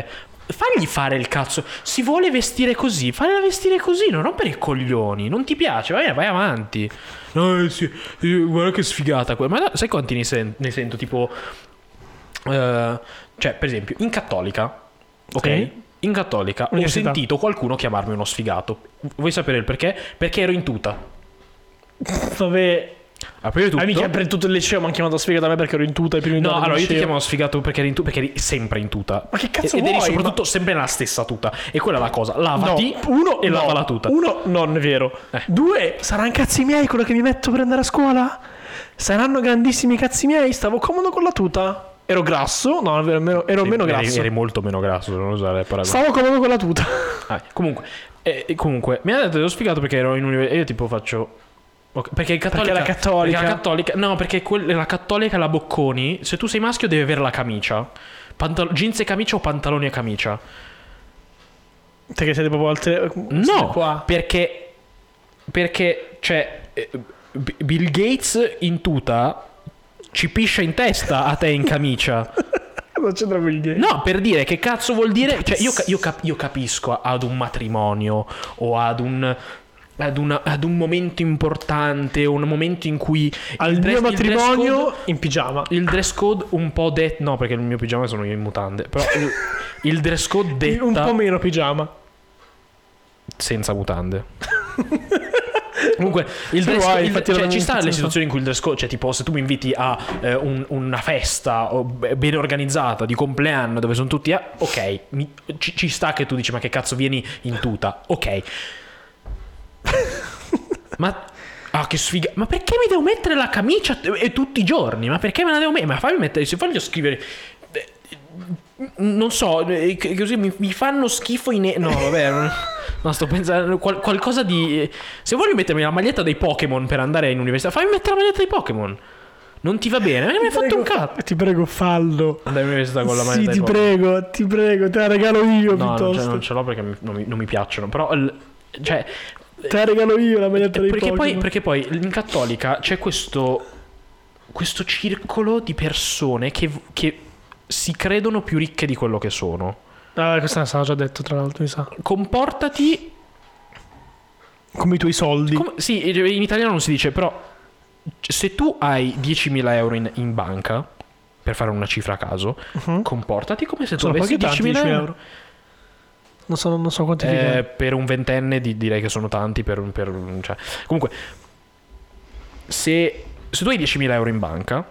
fagli fare il cazzo. Si vuole vestire così, falla vestire così, non rompere i coglioni. Non ti piace, vai, vai avanti. No, sì, guarda che sfigata. Ma sai quanti ne, sen- ne sento? Tipo, uh, cioè, per esempio, in Cattolica, ok? Sì. In Cattolica Università. Ho sentito qualcuno chiamarmi uno sfigato. Vuoi sapere il perché? Perché ero in tuta. Vabbè. Ah, prima di tutto, amici, per tutto il liceo mi hanno chiamato sfigato a me perché ero in tuta. Prima no, allora io ti chiamavo sfigato perché eri in tuta, perché eri sempre in tuta. Ma che cazzo Ed vuoi? eri soprattutto ma... sempre nella stessa tuta. E quella è la cosa. Lavati no, uno, e no, lava la tuta. Uno, no, non è vero. Eh. Due, saranno cazzi miei quello che mi metto per andare a scuola? Saranno grandissimi cazzi miei? Stavo comodo con la tuta. Ero grasso? No, ero meno, ero sì, meno eri, grasso. Eri molto meno grasso, non usare paragone. Stavo comodo con la tuta. Ah, comunque, eh, comunque, mi ha detto ero sfigato perché ero in università. E io tipo faccio... Okay, perché, cattolica, perché la cattolica perché la cattolica no perché quella, la cattolica la Bocconi, se tu sei maschio devi avere la camicia, Pantal- jeans e camicia o pantaloni e camicia. Perché siete proprio altre no qua. perché perché cioè Bill Gates in tuta ci piscia in testa a te in camicia. Non c'entra Bill Gates. No, per dire che cazzo vuol dire, cioè io, io, cap- io capisco ad un matrimonio o ad un Ad, una, ad un momento importante, un momento in cui al dress, mio matrimonio code, in pigiama. Il dress code un po' detto. No, perché il mio pigiama sono io in mutande. Però il, il dress code detta un po' meno pigiama. Senza mutande. Comunque il dress vuoi, code, cioè, ci stanno le senso. situazioni in cui il dress code, cioè tipo se tu mi inviti a eh, un, una festa oh, ben organizzata di compleanno dove sono tutti a, ok, mi, ci, ci sta che tu dici ma che cazzo vieni in tuta. Ok. Ma ah, che sfiga. Ma perché mi devo mettere la camicia e tutti i giorni? Ma perché me la devo mettere? Ma fammi mettere, se voglio scrivere non so, così mi, mi fanno schifo i ne- no, vabbè, non, no, sto pensando qual- qualcosa di se voglio mettermi la maglietta dei Pokémon per andare in università, fammi mettere la maglietta dei Pokémon. Non ti va bene? Non mi hai fatto un cazzo. Ti prego, fallo. Andare all'università con la maglietta sì, dei ti Pokémon. prego, ti prego, te la regalo io no, piuttosto. Non ce, non ce l'ho perché mi, non, mi, non mi piacciono. Però, cioè, te la regalo io la maglietta dei perché Pokémon. poi, perché poi in Cattolica c'è questo questo circolo di persone che, che si credono più ricche di quello che sono. Ah, questa ne stava già detto, tra l'altro, mi sa. Comportati come i tuoi soldi. Come, sì, in italiano non si dice, però se tu hai diecimila euro in, in banca, per fare una cifra a caso, uh-huh. comportati come se tu sono avessi diecimila euro. euro. Non so, non so quantificare. Eh, per un ventenne di, direi che sono tanti. Per, per, cioè. Comunque, se, se tu hai diecimila euro in banca,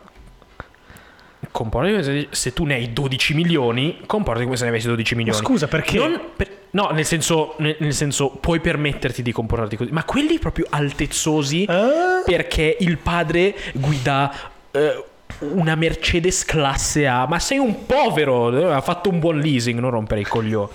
comportati come se, se tu ne hai dodici milioni, comportati come se ne avessi dodici milioni. Ma scusa, perché? Non, per, no, nel senso, nel, nel senso, puoi permetterti di comportarti così. Ma quelli proprio altezzosi, uh? perché il padre guida eh, una Mercedes classe A. Ma sei un povero, ha fatto un buon leasing, non rompere i coglioni.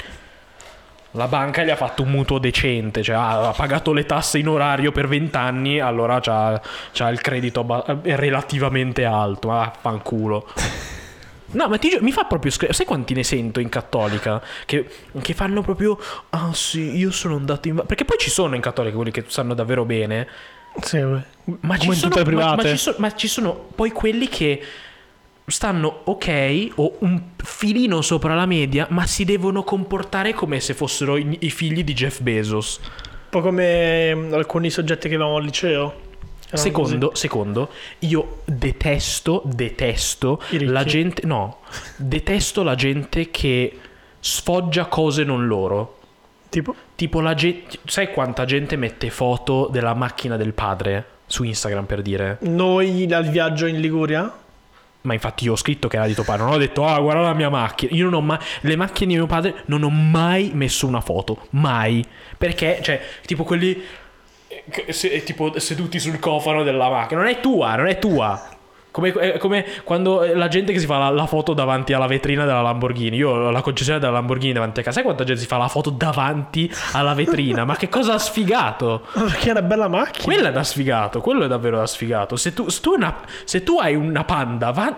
La banca gli ha fatto un mutuo decente, cioè ha pagato le tasse in orario per vent'anni, allora c'ha, c'ha il credito ba- relativamente alto. Ah, fanculo. No, ma ti giuro, mi fa proprio scre- sai quanti ne sento in Cattolica che, che fanno proprio ah sì, io sono andato in va-. Perché poi ci sono in Cattolica quelli che sanno davvero bene. Sì, ma ci come sono, in tutte le private. Ma, ma, ci sono, ma ci sono poi quelli che stanno ok o un filino sopra la media, ma si devono comportare come se fossero i, i figli di Jeff Bezos. Un po' come alcuni soggetti che avevamo al liceo. Secondo, secondo, io detesto, detesto la gente, no, detesto la gente che sfoggia cose non loro. Tipo? Tipo la gente, sai quanta gente mette foto della macchina del padre su Instagram, per dire? Noi al viaggio in Liguria? Ma infatti io ho scritto che era di tuo padre, non ho detto ah guarda la mia macchina. Io non ho mai, le macchine di mio padre non ho mai messo una foto, mai. Perché, cioè, tipo quelli se, tipo seduti sul cofano della macchina, non è tua, non è tua. Come, come quando la gente che si fa la, la foto davanti alla vetrina della Lamborghini. Io ho la concessionaria della Lamborghini davanti a casa. Sai quanta gente si fa la foto davanti alla vetrina? Ma che cosa ha sfigato? Perché è una bella macchina. Quella è da sfigato. Quello è davvero da sfigato. Se tu, se tu, una, se tu hai una Panda, va,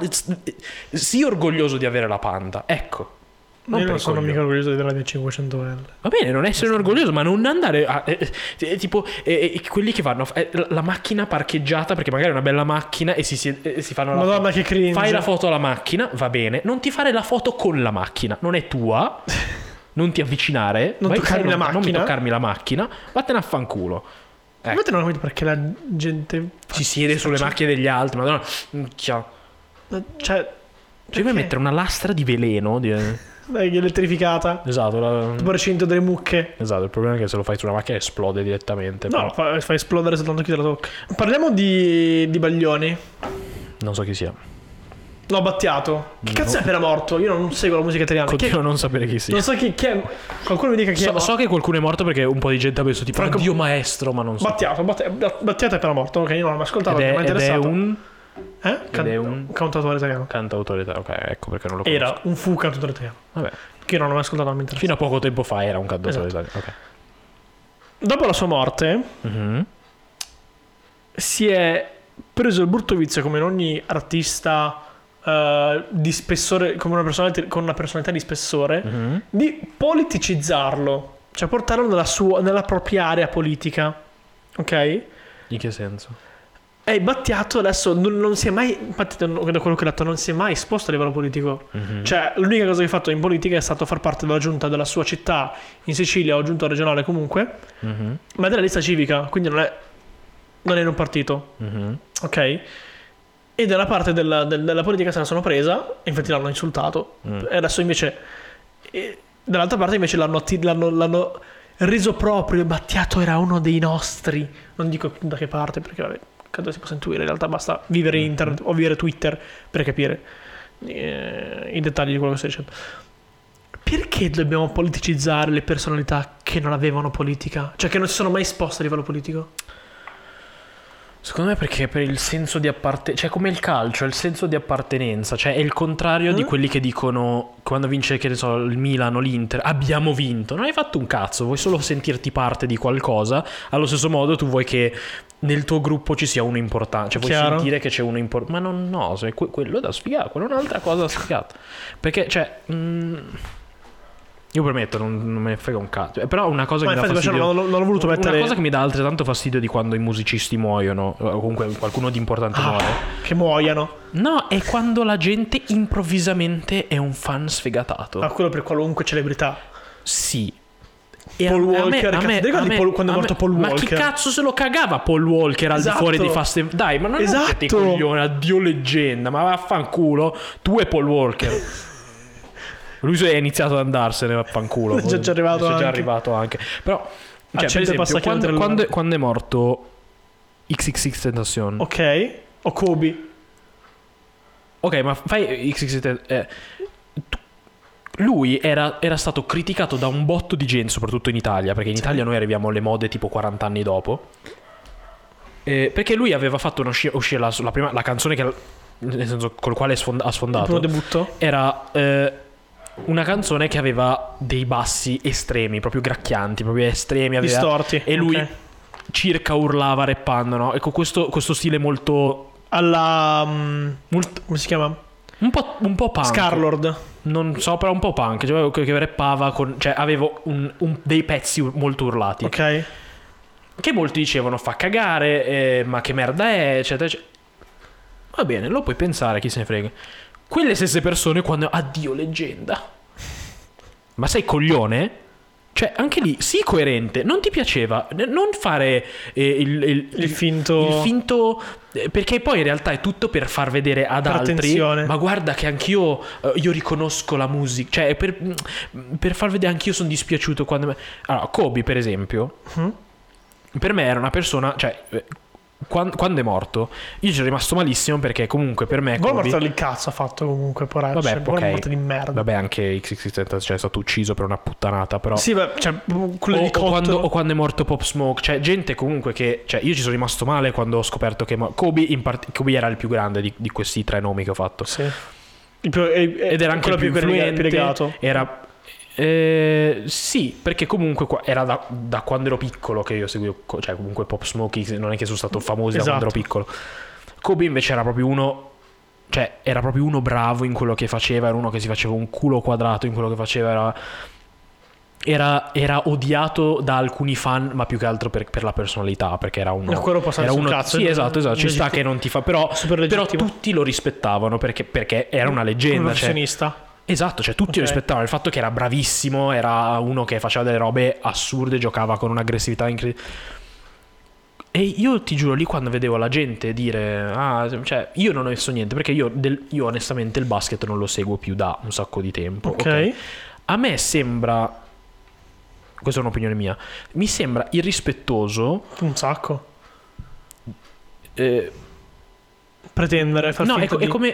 sii orgoglioso di avere la Panda. Ecco. Non Io non sono mica orgoglioso della mia cinquecento L. Va bene, non essere orgoglioso, ma non andare a, eh, eh, tipo eh, eh, quelli che fanno eh, la macchina parcheggiata, perché magari è una bella macchina e si, si, eh, si fanno la Madonna, foto. Che cringe. Fai la foto alla macchina, va bene. Non ti fare la foto con la macchina, non è tua. non ti avvicinare, non toccarmi la non, macchina, non mi toccarmi la macchina, vattene a fanculo. Ecco. Non capito perché la gente si siede sulle faccia... macchine degli altri, madonna. Cioè, cioè devi mettere una lastra di veleno di... Dai, elettrificata. Esatto, la... tipo recinto delle mucche. Esatto, il problema è che se lo fai su una macchina esplode direttamente. No, però... fa, fa esplodere soltanto chi te la tocca. Parliamo di, di Baglioni. Non so chi sia. No, Battiato. Che No. cazzo è appena morto? Io non seguo la musica italiana. Continuo Chi... a non sapere chi sia. Non so chi, chi è. Qualcuno mi dica chi so, è. So che qualcuno è morto perché un po' di gente ha messo tipo Franco... Dio maestro, ma non so. Battiato, Battiato, Battiato è appena morto. Ok, io non l'ho mai ascoltato. Ed è, non mi è ed è interessato. un Eh? Can... Ed è un cantautore italiano. Cantautore italiano. Ok, ecco perché non lo conosco. Era un fu cantautore italiano. Vabbè. Che io non l'ho mai ascoltato, non mi interessa. Fino a poco tempo fa era un cantautore Esatto. italiano. Ok. Dopo la sua morte Mm-hmm. si è preso il brutto vizio, come in ogni artista uh, di spessore, come una personalità, con una personalità di spessore, Mm-hmm. di politicizzarlo, cioè portarlo nella, sua, nella propria area politica. Ok? In che senso? E Battiato adesso non, non si è mai, infatti da quello che ho detto, non si è mai esposto a livello politico. Mm-hmm. Cioè l'unica cosa che ha fatto in politica è stato far parte della giunta della sua città in Sicilia o giunta regionale comunque, Mm-hmm. ma della lista civica, quindi non è, non è in un partito. Mm-hmm. Ok? E dalla parte della, del, della politica se la sono presa, e infatti l'hanno insultato. Mm. E adesso invece, e dall'altra parte invece l'hanno, atti- l'hanno, l'hanno reso proprio. Battiato era uno dei nostri. Non dico da che parte, perché vabbè, credo si possa intuire. In realtà basta vivere Mm-hmm. internet o vivere Twitter per capire eh, i dettagli di quello che stai dicendo. Perché dobbiamo politicizzare le personalità che non avevano politica? Cioè che non si sono mai esposte a livello politico? Secondo me perché per il senso di appartenenza, cioè come il calcio, è il senso di appartenenza, cioè è il contrario Mm. di quelli che dicono quando vince, che ne so, il Milan o l'Inter, abbiamo vinto. Non hai fatto un cazzo, vuoi solo sentirti parte di qualcosa. Allo stesso modo tu vuoi che nel tuo gruppo ci sia uno importante, cioè vuoi Chiaro. sentire che c'è uno importante. Ma non, no, se que- quello è da sfigare, quello è un'altra cosa da sfigata. Perché, cioè... Mm, io permetto, non, non me ne frega un cazzo. Però una cosa Ma che mi dà infatti fastidio, non, non ho voluto mettere. una cosa che mi dà altrettanto fastidio di quando i musicisti muoiono, o comunque qualcuno di importante Ah, muore. che muoiano. No, è quando la gente improvvisamente è un fan sfegatato. Ma quello per qualunque celebrità. Sì. E Paul a- a me- Walker, a cazzo, me- ti ricordi a me- Paul- quando è a morto me- Paul Ma Walker? chi cazzo se lo cagava Paul Walker al Esatto. di fuori di Fast and... Dai, ma non Esatto. rompete i coglioni, addio leggenda, ma vaffanculo, tu e Paul Walker. Lui è iniziato ad andarsene, vaffanculo. È già- già arrivato È già anche. arrivato anche. Però, cioè, per Accende esempio, passa quando, chilometri quando, all'ora. quando è morto X X X Tentacion. Ok. O Kobe. Ok, ma fai X X X eh, tu- lui era, era stato criticato da un botto di gente, soprattutto in Italia, perché in Italia noi arriviamo alle mode tipo quaranta anni dopo. Eh, perché lui aveva fatto una usci- uscire la, la prima la canzone che, nel senso, col quale sfonda- ha Il sfondato. primo debutto. Era eh, una canzone che aveva dei bassi estremi, proprio gracchianti, proprio estremi. Aveva, Distorti. e lui ok. circa urlava rappando, no? Ecco, questo, questo stile molto, Alla. um, molto come si chiama? un po', un po' punk. Scarlord. Non so, però un po' punk. Cioè, che, che rappava con. Cioè, avevo un, un- dei pezzi molto urlati. Ok. Che molti dicevano fa cagare, eh, ma che merda è, eccetera, eccetera. Va bene, lo puoi pensare, chi se ne frega. Quelle stesse persone quando addio leggenda. Ma sei coglione? Cioè, anche lì, sii coerente. Non ti piaceva? N- non fare eh, il, il, Il finto. il finto, eh, perché poi in realtà è tutto per far vedere ad Per altri. attenzione. Ma guarda che anch'io eh, io riconosco la musica. Cioè, per, per far vedere anch'io sono dispiaciuto quando. me- Allora, Kobe, per esempio, Mhm. per me era una persona. Cioè, eh, quan- quando è morto, io ci sono rimasto malissimo perché comunque per me. Gol Kobe- morto il cazzo ha fatto comunque, poraccio. Vabbè, Gol ok. morto di merda. Vabbè, anche X X X cioè, è stato ucciso per una puttanata, però. Sì, beh, cioè, quello O, di o Cotto. quando, o quando è morto Pop Smoke, cioè gente comunque che, cioè io ci sono rimasto male quando ho scoperto che mo- Kobe, in part- Kobe era il più grande di, di questi tre nomi che ho fatto. Sì. Il più, e- e- Ed era anche il più quello influente, più legato. era eh, sì, perché comunque qua- era da, da quando ero piccolo che io seguivo, co- cioè comunque Pop Smoke, non è che sono stato famoso da quando ero Esatto. piccolo. Kobe invece era proprio uno, cioè era proprio uno bravo in quello che faceva, era uno che si faceva un culo quadrato in quello che faceva, era era, era odiato da alcuni fan, ma più che altro per, per la personalità, perché era uno No, quello può era sul uno cazzo, sì, è esatto, esatto, ci sta legittimo. che non ti fa, però, Super però legittimo. tutti lo rispettavano perché, perché era una Come leggenda, cioè, professionista. Esatto, cioè tutti okay. lo rispettavano, il fatto che era bravissimo, era uno che faceva delle robe assurde, giocava con un'aggressività incredibile. E io ti giuro, lì quando vedevo la gente dire ah, cioè io non ho messo niente, perché io, del, io onestamente il basket non lo seguo più da un sacco di tempo. Ok, okay? A me sembra, questa è un'opinione mia, mi sembra irrispettoso un sacco eh, pretendere far no, è, finta è di... come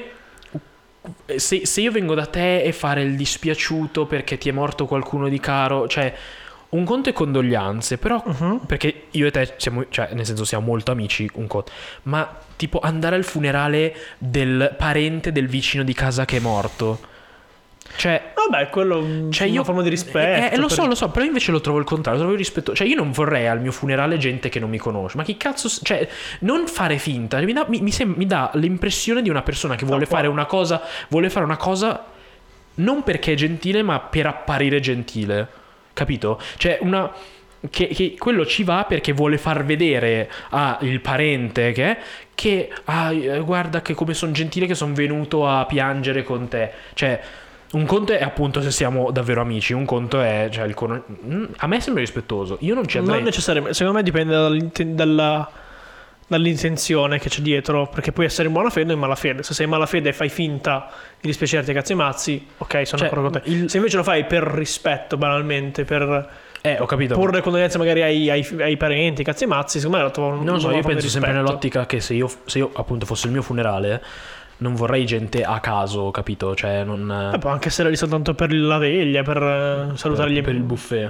se, se io vengo da te e fare il dispiaciuto perché ti è morto qualcuno di caro, cioè un conto è condoglianze, però uh-huh. perché io e te siamo, cioè nel senso siamo molto amici, un conto, ma tipo andare al funerale del parente del vicino di casa che è morto, cioè vabbè, quello cioè è una io, forma di rispetto. Eh, eh, lo per... so, lo so, però invece lo trovo il contrario, lo trovo il rispetto. Cioè io non vorrei al mio funerale gente che non mi conosce. Ma chi cazzo, cioè non fare finta, mi dà, mi, mi, sem- mi dà l'impressione di una persona che vuole no, fare una cosa, vuole fare una cosa non perché è gentile, ma per apparire gentile. Capito? Cioè una che, che quello ci va perché vuole far vedere al parente che che ah, guarda che come sono gentile, che sono venuto a piangere con te. Cioè un conto è appunto se siamo davvero amici, un conto è cioè il con... a me sembra rispettoso, io non ci andrei. Non necessariamente, secondo me dipende dalla, dall'intenzione che c'è dietro, perché puoi essere in buona fede o in malafede. Se sei in malafede e fai finta di dispiacerti, cazzi e mazzi, ok, sono cioè, d'accordo con te. il... Se invece lo fai per rispetto, banalmente, per eh, ho capito. porre condoglianze magari ai, ai, ai parenti, cazzi e mazzi, secondo me lo trovo. Non lo so, io penso sempre nell'ottica che se io, se io appunto fosse il mio funerale non vorrei gente a caso, capito? Cioè non eh, può anche essere lì soltanto per la veglia, per uh, salutare per, gli per il buffet.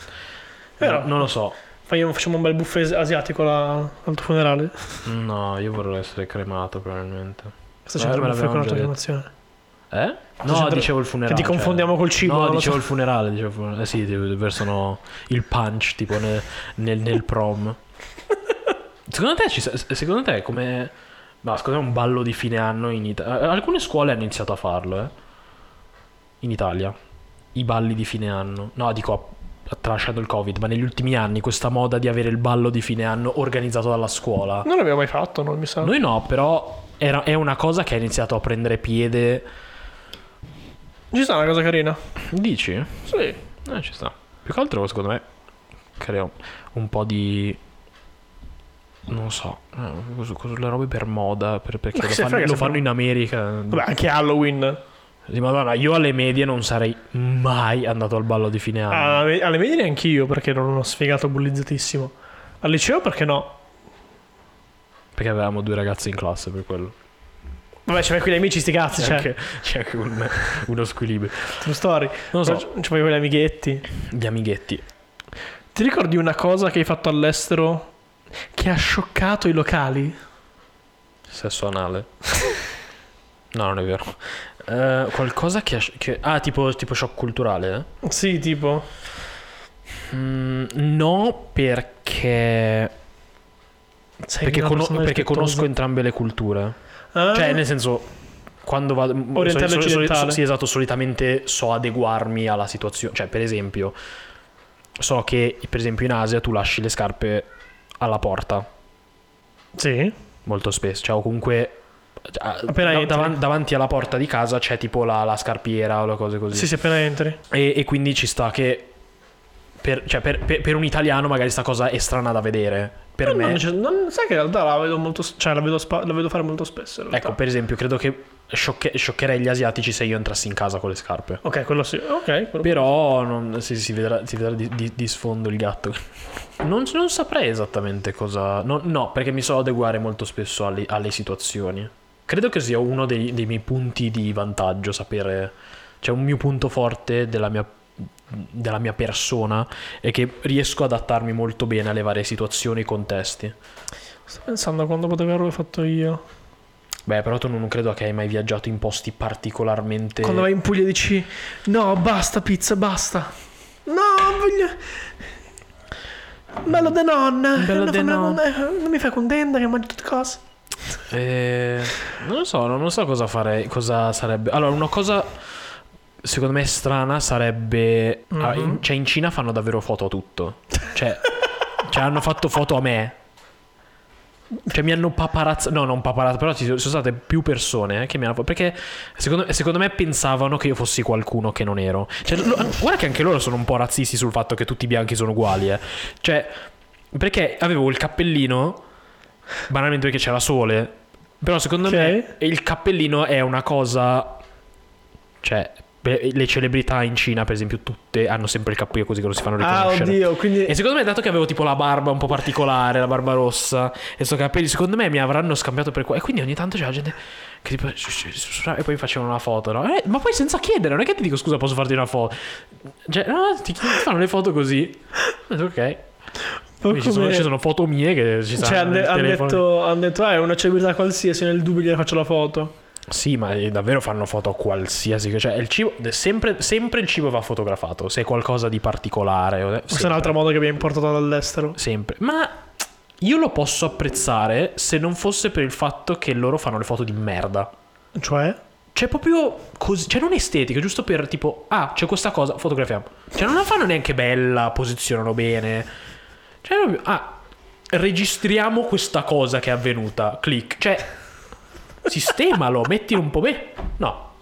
Però, no, non lo so. Facciamo un bel buffet asiatico là, al tuo funerale? No, io vorrei essere cremato probabilmente. Cosa c'entra il buffet con la tua cremazione? Eh? No, c'entra... dicevo il funerale. Che ti confondiamo cioè... col cibo. No, dicevo so. il funerale, dicevo il funerale. Eh sì, versano il punch tipo nel, nel, nel prom. Secondo te, ci, secondo te è come... No, secondo me è un ballo di fine anno in Italia. Alcune scuole hanno iniziato a farlo, eh. In Italia. I balli di fine anno. No, dico, tralasciando il Covid, ma negli ultimi anni questa moda di avere il ballo di fine anno organizzato dalla scuola. Non l'abbiamo mai fatto, non mi sa. Noi no, però era, è una cosa che ha iniziato a prendere piede. Ci sta una cosa carina. Dici? Sì. Eh, ci sta. Più che altro, secondo me, crea un po' di... Non so, le robe per moda, per, perché lo, fanno, lo fanno in America. Vabbè, anche Halloween. Sì, madonna, io alle medie non sarei mai andato al ballo di fine anno. Ah, alle medie neanche io, perché ero uno sfigato bullizzatissimo. Al liceo perché no? Perché avevamo due ragazzi in classe, per quello. Vabbè, c'avevi quegli amici sti cazzi, c'è cioè. anche, c'è anche un, uno squilibrio. True story. Non lo so. C'avevi quegli amighetti. Gli amighetti. Ti ricordi una cosa che hai fatto all'estero che ha scioccato i locali? Sesso anale. No, non è vero. Uh, qualcosa che, che... Ah, tipo, tipo shock culturale? Eh? Sì, tipo mm, no, perché Sei Perché, cono- perché conosco entrambe le culture. ah. Cioè, nel senso, quando vado orientale soli, occidentale soli, sì, esatto, solitamente so adeguarmi alla situazione. Cioè, per esempio, so che per esempio in Asia tu lasci le scarpe alla porta. Sì. Molto spesso. Cioè, o comunque appena da, davanti, davanti alla porta di casa c'è tipo la, la scarpiera o le cose così. Sì, sì, appena entri. E, e quindi ci sta che per, cioè per, per, per un italiano magari sta cosa è strana da vedere. Per no, me non, cioè, non, sai che in realtà la vedo molto, cioè la vedo, spa, la vedo fare molto spesso. Ecco, per esempio, credo che sciocche, scioccherei gli asiatici se io entrassi in casa con le scarpe. Ok, quello sì. Ok, quello però non, sì, si vedrà, si vedrà di, di, di sfondo il gatto. Non, non saprei esattamente cosa. No, no, perché mi so adeguare molto spesso alle, alle situazioni. Credo che sia uno dei, dei miei punti di vantaggio sapere. Cioè, un mio punto forte della mia, della mia persona è che riesco ad adattarmi molto bene alle varie situazioni e contesti. Sto pensando a quando potevo averlo fatto io. Beh, però tu non credo che hai mai viaggiato in posti particolarmente. Quando vai in Puglia dici: no, basta pizza, basta. No, voglio. Bello de nonna. Bello de nonna. Non mi fai contenta che mangio tutte cose. Eh, non lo so, non so cosa fare. Cosa sarebbe. Allora, una cosa secondo me strana sarebbe. Mm-hmm. ah, in, cioè, in Cina fanno davvero foto a tutto. Cioè, cioè hanno fatto foto a me. Cioè mi hanno paparazzato. No, non paparazzato, però ci sono state più persone che mi hanno. Perché secondo, secondo me pensavano che io fossi qualcuno che non ero. Cioè, lo, guarda che anche loro sono un po' razzisti sul fatto che tutti i bianchi sono uguali, eh. Cioè, perché avevo il cappellino, banalmente perché c'era sole. Però secondo okay. me il cappellino è una cosa. Cioè, le celebrità in Cina, per esempio, tutte hanno sempre il cappello così che non si fanno riconoscere. Ah, oddio, quindi... E secondo me, dato che avevo tipo la barba un po' particolare, la barba rossa e sto capelli, secondo me mi avranno scambiato per qua. E quindi ogni tanto c'è la gente che tipo e poi facevano una foto, no? Eh, ma poi senza chiedere, non è che ti dico scusa, posso farti una foto? Cioè, no, ti fanno le foto così. Ok. Poi ci sono, ci sono foto mie che ci cioè, hanno han detto, han detto ah, è una celebrità qualsiasi, nel dubbio gliela faccio la foto. Sì, ma davvero fanno foto a qualsiasi. Cioè, il cibo. Sempre, sempre il cibo va fotografato. Se è qualcosa di particolare. Questa è un'altra moda che viene importata dall'estero. Sempre. Ma io lo posso apprezzare se non fosse per il fatto che loro fanno le foto di merda. Cioè? Cioè, proprio così. Cioè, non estetica, giusto per tipo, ah, c'è questa cosa, fotografiamo. Cioè, non la fanno neanche bella, posizionano bene. Cioè, proprio, ah, registriamo questa cosa che è avvenuta. Click. Cioè. Sistemalo, mettilo un po' me. No.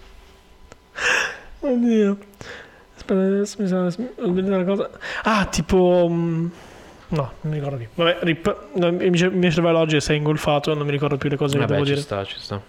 Oddio. Aspetta, adesso mi sa una cosa. Ah, tipo no, non mi ricordo più. Vabbè, rip. Il mio cervello oggi si è ingolfato, non mi ricordo più le cose che Vabbè, devo ci dire. sta, ci sta.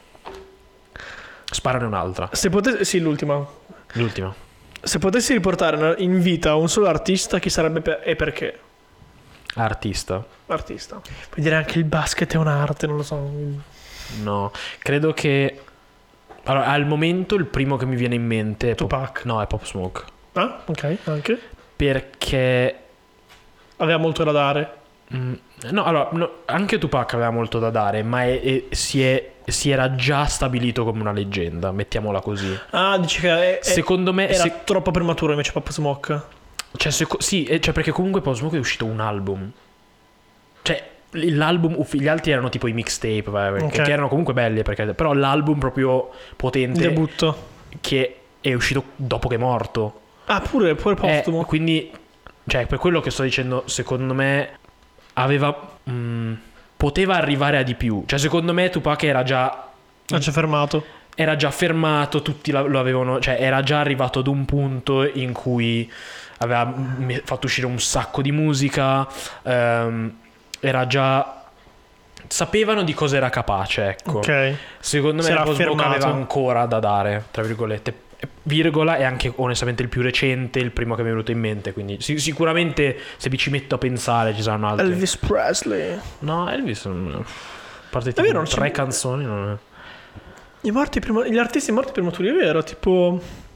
Sparane un'altra. Se potessi sì, l'ultima. L'ultima. Se potessi riportare in vita un solo artista, chi sarebbe per... e perché? Artista. Artista. Puoi dire anche il basket è un'arte, non lo so. No, credo che allora, al momento il primo che mi viene in mente è Tupac. Pop... No, è Pop Smoke. Ah, ok, anche. Perché aveva molto da dare. Mm, no, allora, no, anche Tupac aveva molto da dare, ma è, è, si, è, si era già stabilito come una leggenda, mettiamola così. Ah, dici che è, secondo me era se... troppo prematuro invece Pop Smoke. Cioè, seco... sì, cioè perché comunque Pop Smoke è uscito un album. Cioè l'album, gli altri erano tipo i mixtape, okay. che, che erano comunque belli, perché, però l'album proprio potente, il debutto, che è uscito dopo che è morto. Ah, pure, pure postumo. Eh, quindi, cioè, per quello che sto dicendo, secondo me aveva mh, poteva arrivare a di più. Cioè, secondo me Tupac era già ha già fermato. Era già fermato, tutti lo avevano, cioè era già arrivato ad un punto in cui aveva fatto uscire un sacco di musica, ehm, era già sapevano di cosa era capace, ecco. Ok. Secondo me Pop Smoke aveva ancora da dare, tra virgolette, virgola, è anche onestamente il più recente, il primo che mi è venuto in mente, quindi sicuramente se mi ci metto a pensare ci saranno altri. Elvis Presley. No, Elvis a parte tipo non tre canzoni non è... I morti prima, gli artisti morti prematuri, è vero, tipo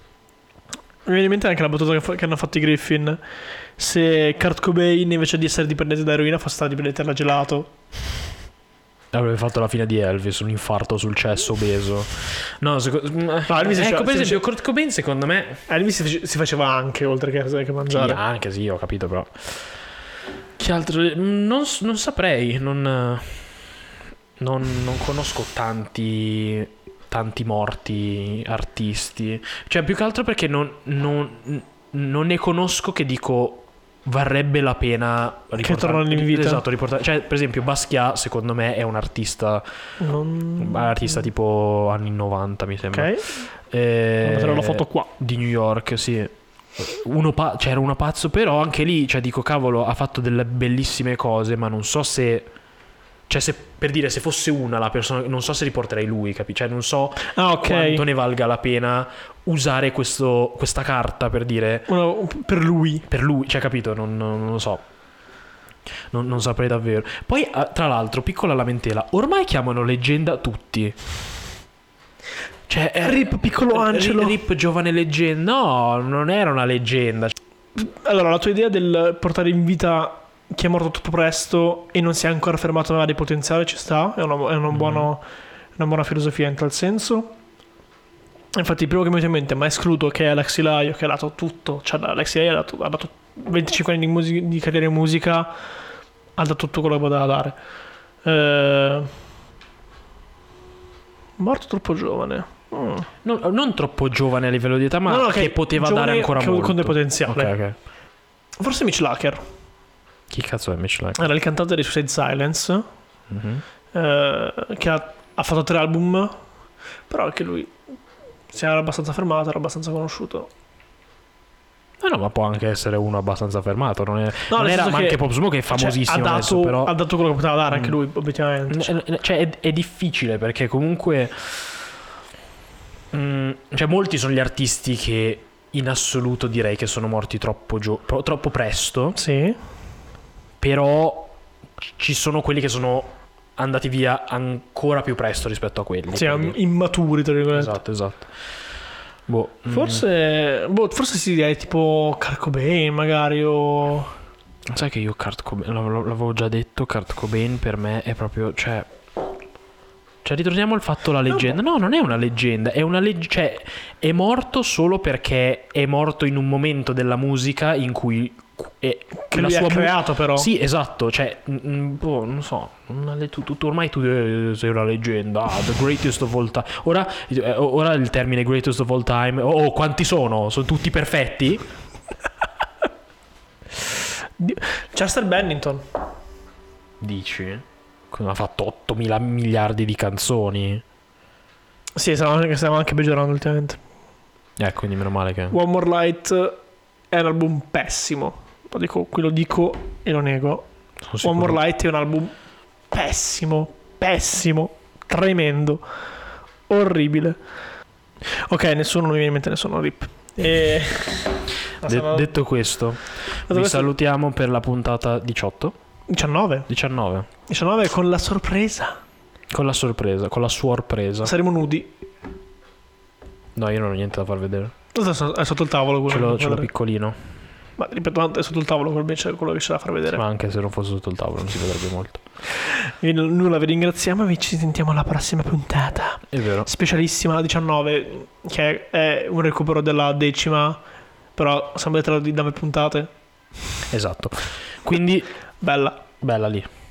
mi viene in mente anche la battuta che, fa, che hanno fatto i Griffin. Se Kurt Cobain invece di essere dipendente da eroina fosse stato dipendente dalla gelato, avrebbe fatto la fine di Elvis, un infarto sul cesso obeso. No, secondo no, Elvis ecco, faceva, per esempio faceva, Kurt Cobain secondo me Elvis si faceva anche oltre che, che mangiare. Sì, anche sì, ho capito, però che altro non, non saprei, non, non non conosco tanti tanti morti artisti, cioè più che altro perché non, non, non ne conosco che dico varrebbe la pena che tornano in vita. Esatto, riportare. Cioè per esempio Basquiat secondo me è un artista non... un artista tipo anni novanta mi sembra. Ok, eh, metterò la foto qua di New York, sì. Uno pa- cioè era uno pazzo, però anche lì cioè dico cavolo ha fatto delle bellissime cose, ma non so se cioè se per dire se fosse una la persona non so se riporterei lui, capi? Cioè non so ah, okay. quanto ne valga la pena usare questo, questa carta per dire Uno, per lui per lui, cioè capito? Non, non, non lo so, non, non saprei davvero. Poi tra l'altro piccola lamentela, ormai chiamano leggenda tutti, cioè Rip piccolo Angelo, Rip giovane leggenda. No, non era una leggenda. Allora la tua idea del portare in vita chi è morto troppo presto e non si è ancora fermato a avere potenziale ci sta, è una, è una, buono, mm. una buona filosofia in tal senso. Infatti il primo che mi viene in mente, ma escludo, che è Alex Ilaio, che ha dato tutto, cioè Alex Ilaio ha dato, ha dato venticinque anni di, musica, di carriera in musica, ha dato tutto quello che poteva dare. eh, morto troppo giovane. mm. non, non troppo giovane a livello di età, ma no, no, che, che poteva dare ancora che, molto con del potenziale. Okay, okay. Forse Mitch Lacker. Chi cazzo è Mitch Lacker? Era il cantante di Suicide Silence. mm-hmm. eh, che ha, ha fatto tre album, però anche lui si era abbastanza fermato, era abbastanza conosciuto. No, no, ma può anche essere uno abbastanza fermato. Non, è, no, non era, ma che, anche Pop Smoke è famosissimo, cioè, ha, dato, adesso, però... ha dato quello che poteva dare anche lui, obiettivamente. Cioè, cioè è, è difficile perché comunque mh, cioè molti sono gli artisti che in assoluto direi che sono morti troppo, gio- troppo presto. Sì. Però ci sono quelli che sono andati via ancora più presto rispetto a quelli. Sì, quindi... immaturi, tra virgolette. Esatto, esatto. Boh, forse, mm. boh, forse si direi tipo Kurt Cobain magari o... Sai che io Kurt Cobain, l'avevo già detto, Kurt Cobain per me è proprio, cioè... Cioè ritorniamo al fatto la leggenda. No, non è una leggenda, è una legge, cioè è morto solo perché è morto in un momento della musica in cui è, che lui ha creato mu- però. Sì, esatto, cioè mh, boh, non so, una, tu, tu, ormai tu sei una leggenda, ah, the greatest of all time. Ora, eh, ora il termine greatest of all time, oh, oh quanti sono? Sono tutti perfetti? Chester Bennington. Dici? Ha fatto ottomila miliardi di canzoni. Sì, stiamo anche peggiorando ultimamente. Eh, quindi meno male che... One More Light è un album pessimo. Lo dico, qui lo dico e lo nego. One More Light è un album pessimo, pessimo, tremendo, orribile. Ok, nessuno, non mi viene in mente nessuno, rip. E... De- detto questo, vi questo... salutiamo per la puntata diciotto. diciannove diciannove diciannove con la sorpresa. Con la sorpresa, con la sorpresa. Saremo nudi. No, io non ho niente da far vedere. È sotto il tavolo. Ce l'ho, ce l'ho piccolino. Ma ripeto, è sotto il tavolo quello che c'è da far vedere. Ma anche se non fosse sotto il tavolo non si vedrebbe molto. Quindi nulla, vi ringraziamo e ci sentiamo alla prossima puntata. È vero. Specialissima, la diciannove, che è un recupero della decima, però sembra tra di nove puntate. Esatto. Quindi bella. Bella lì.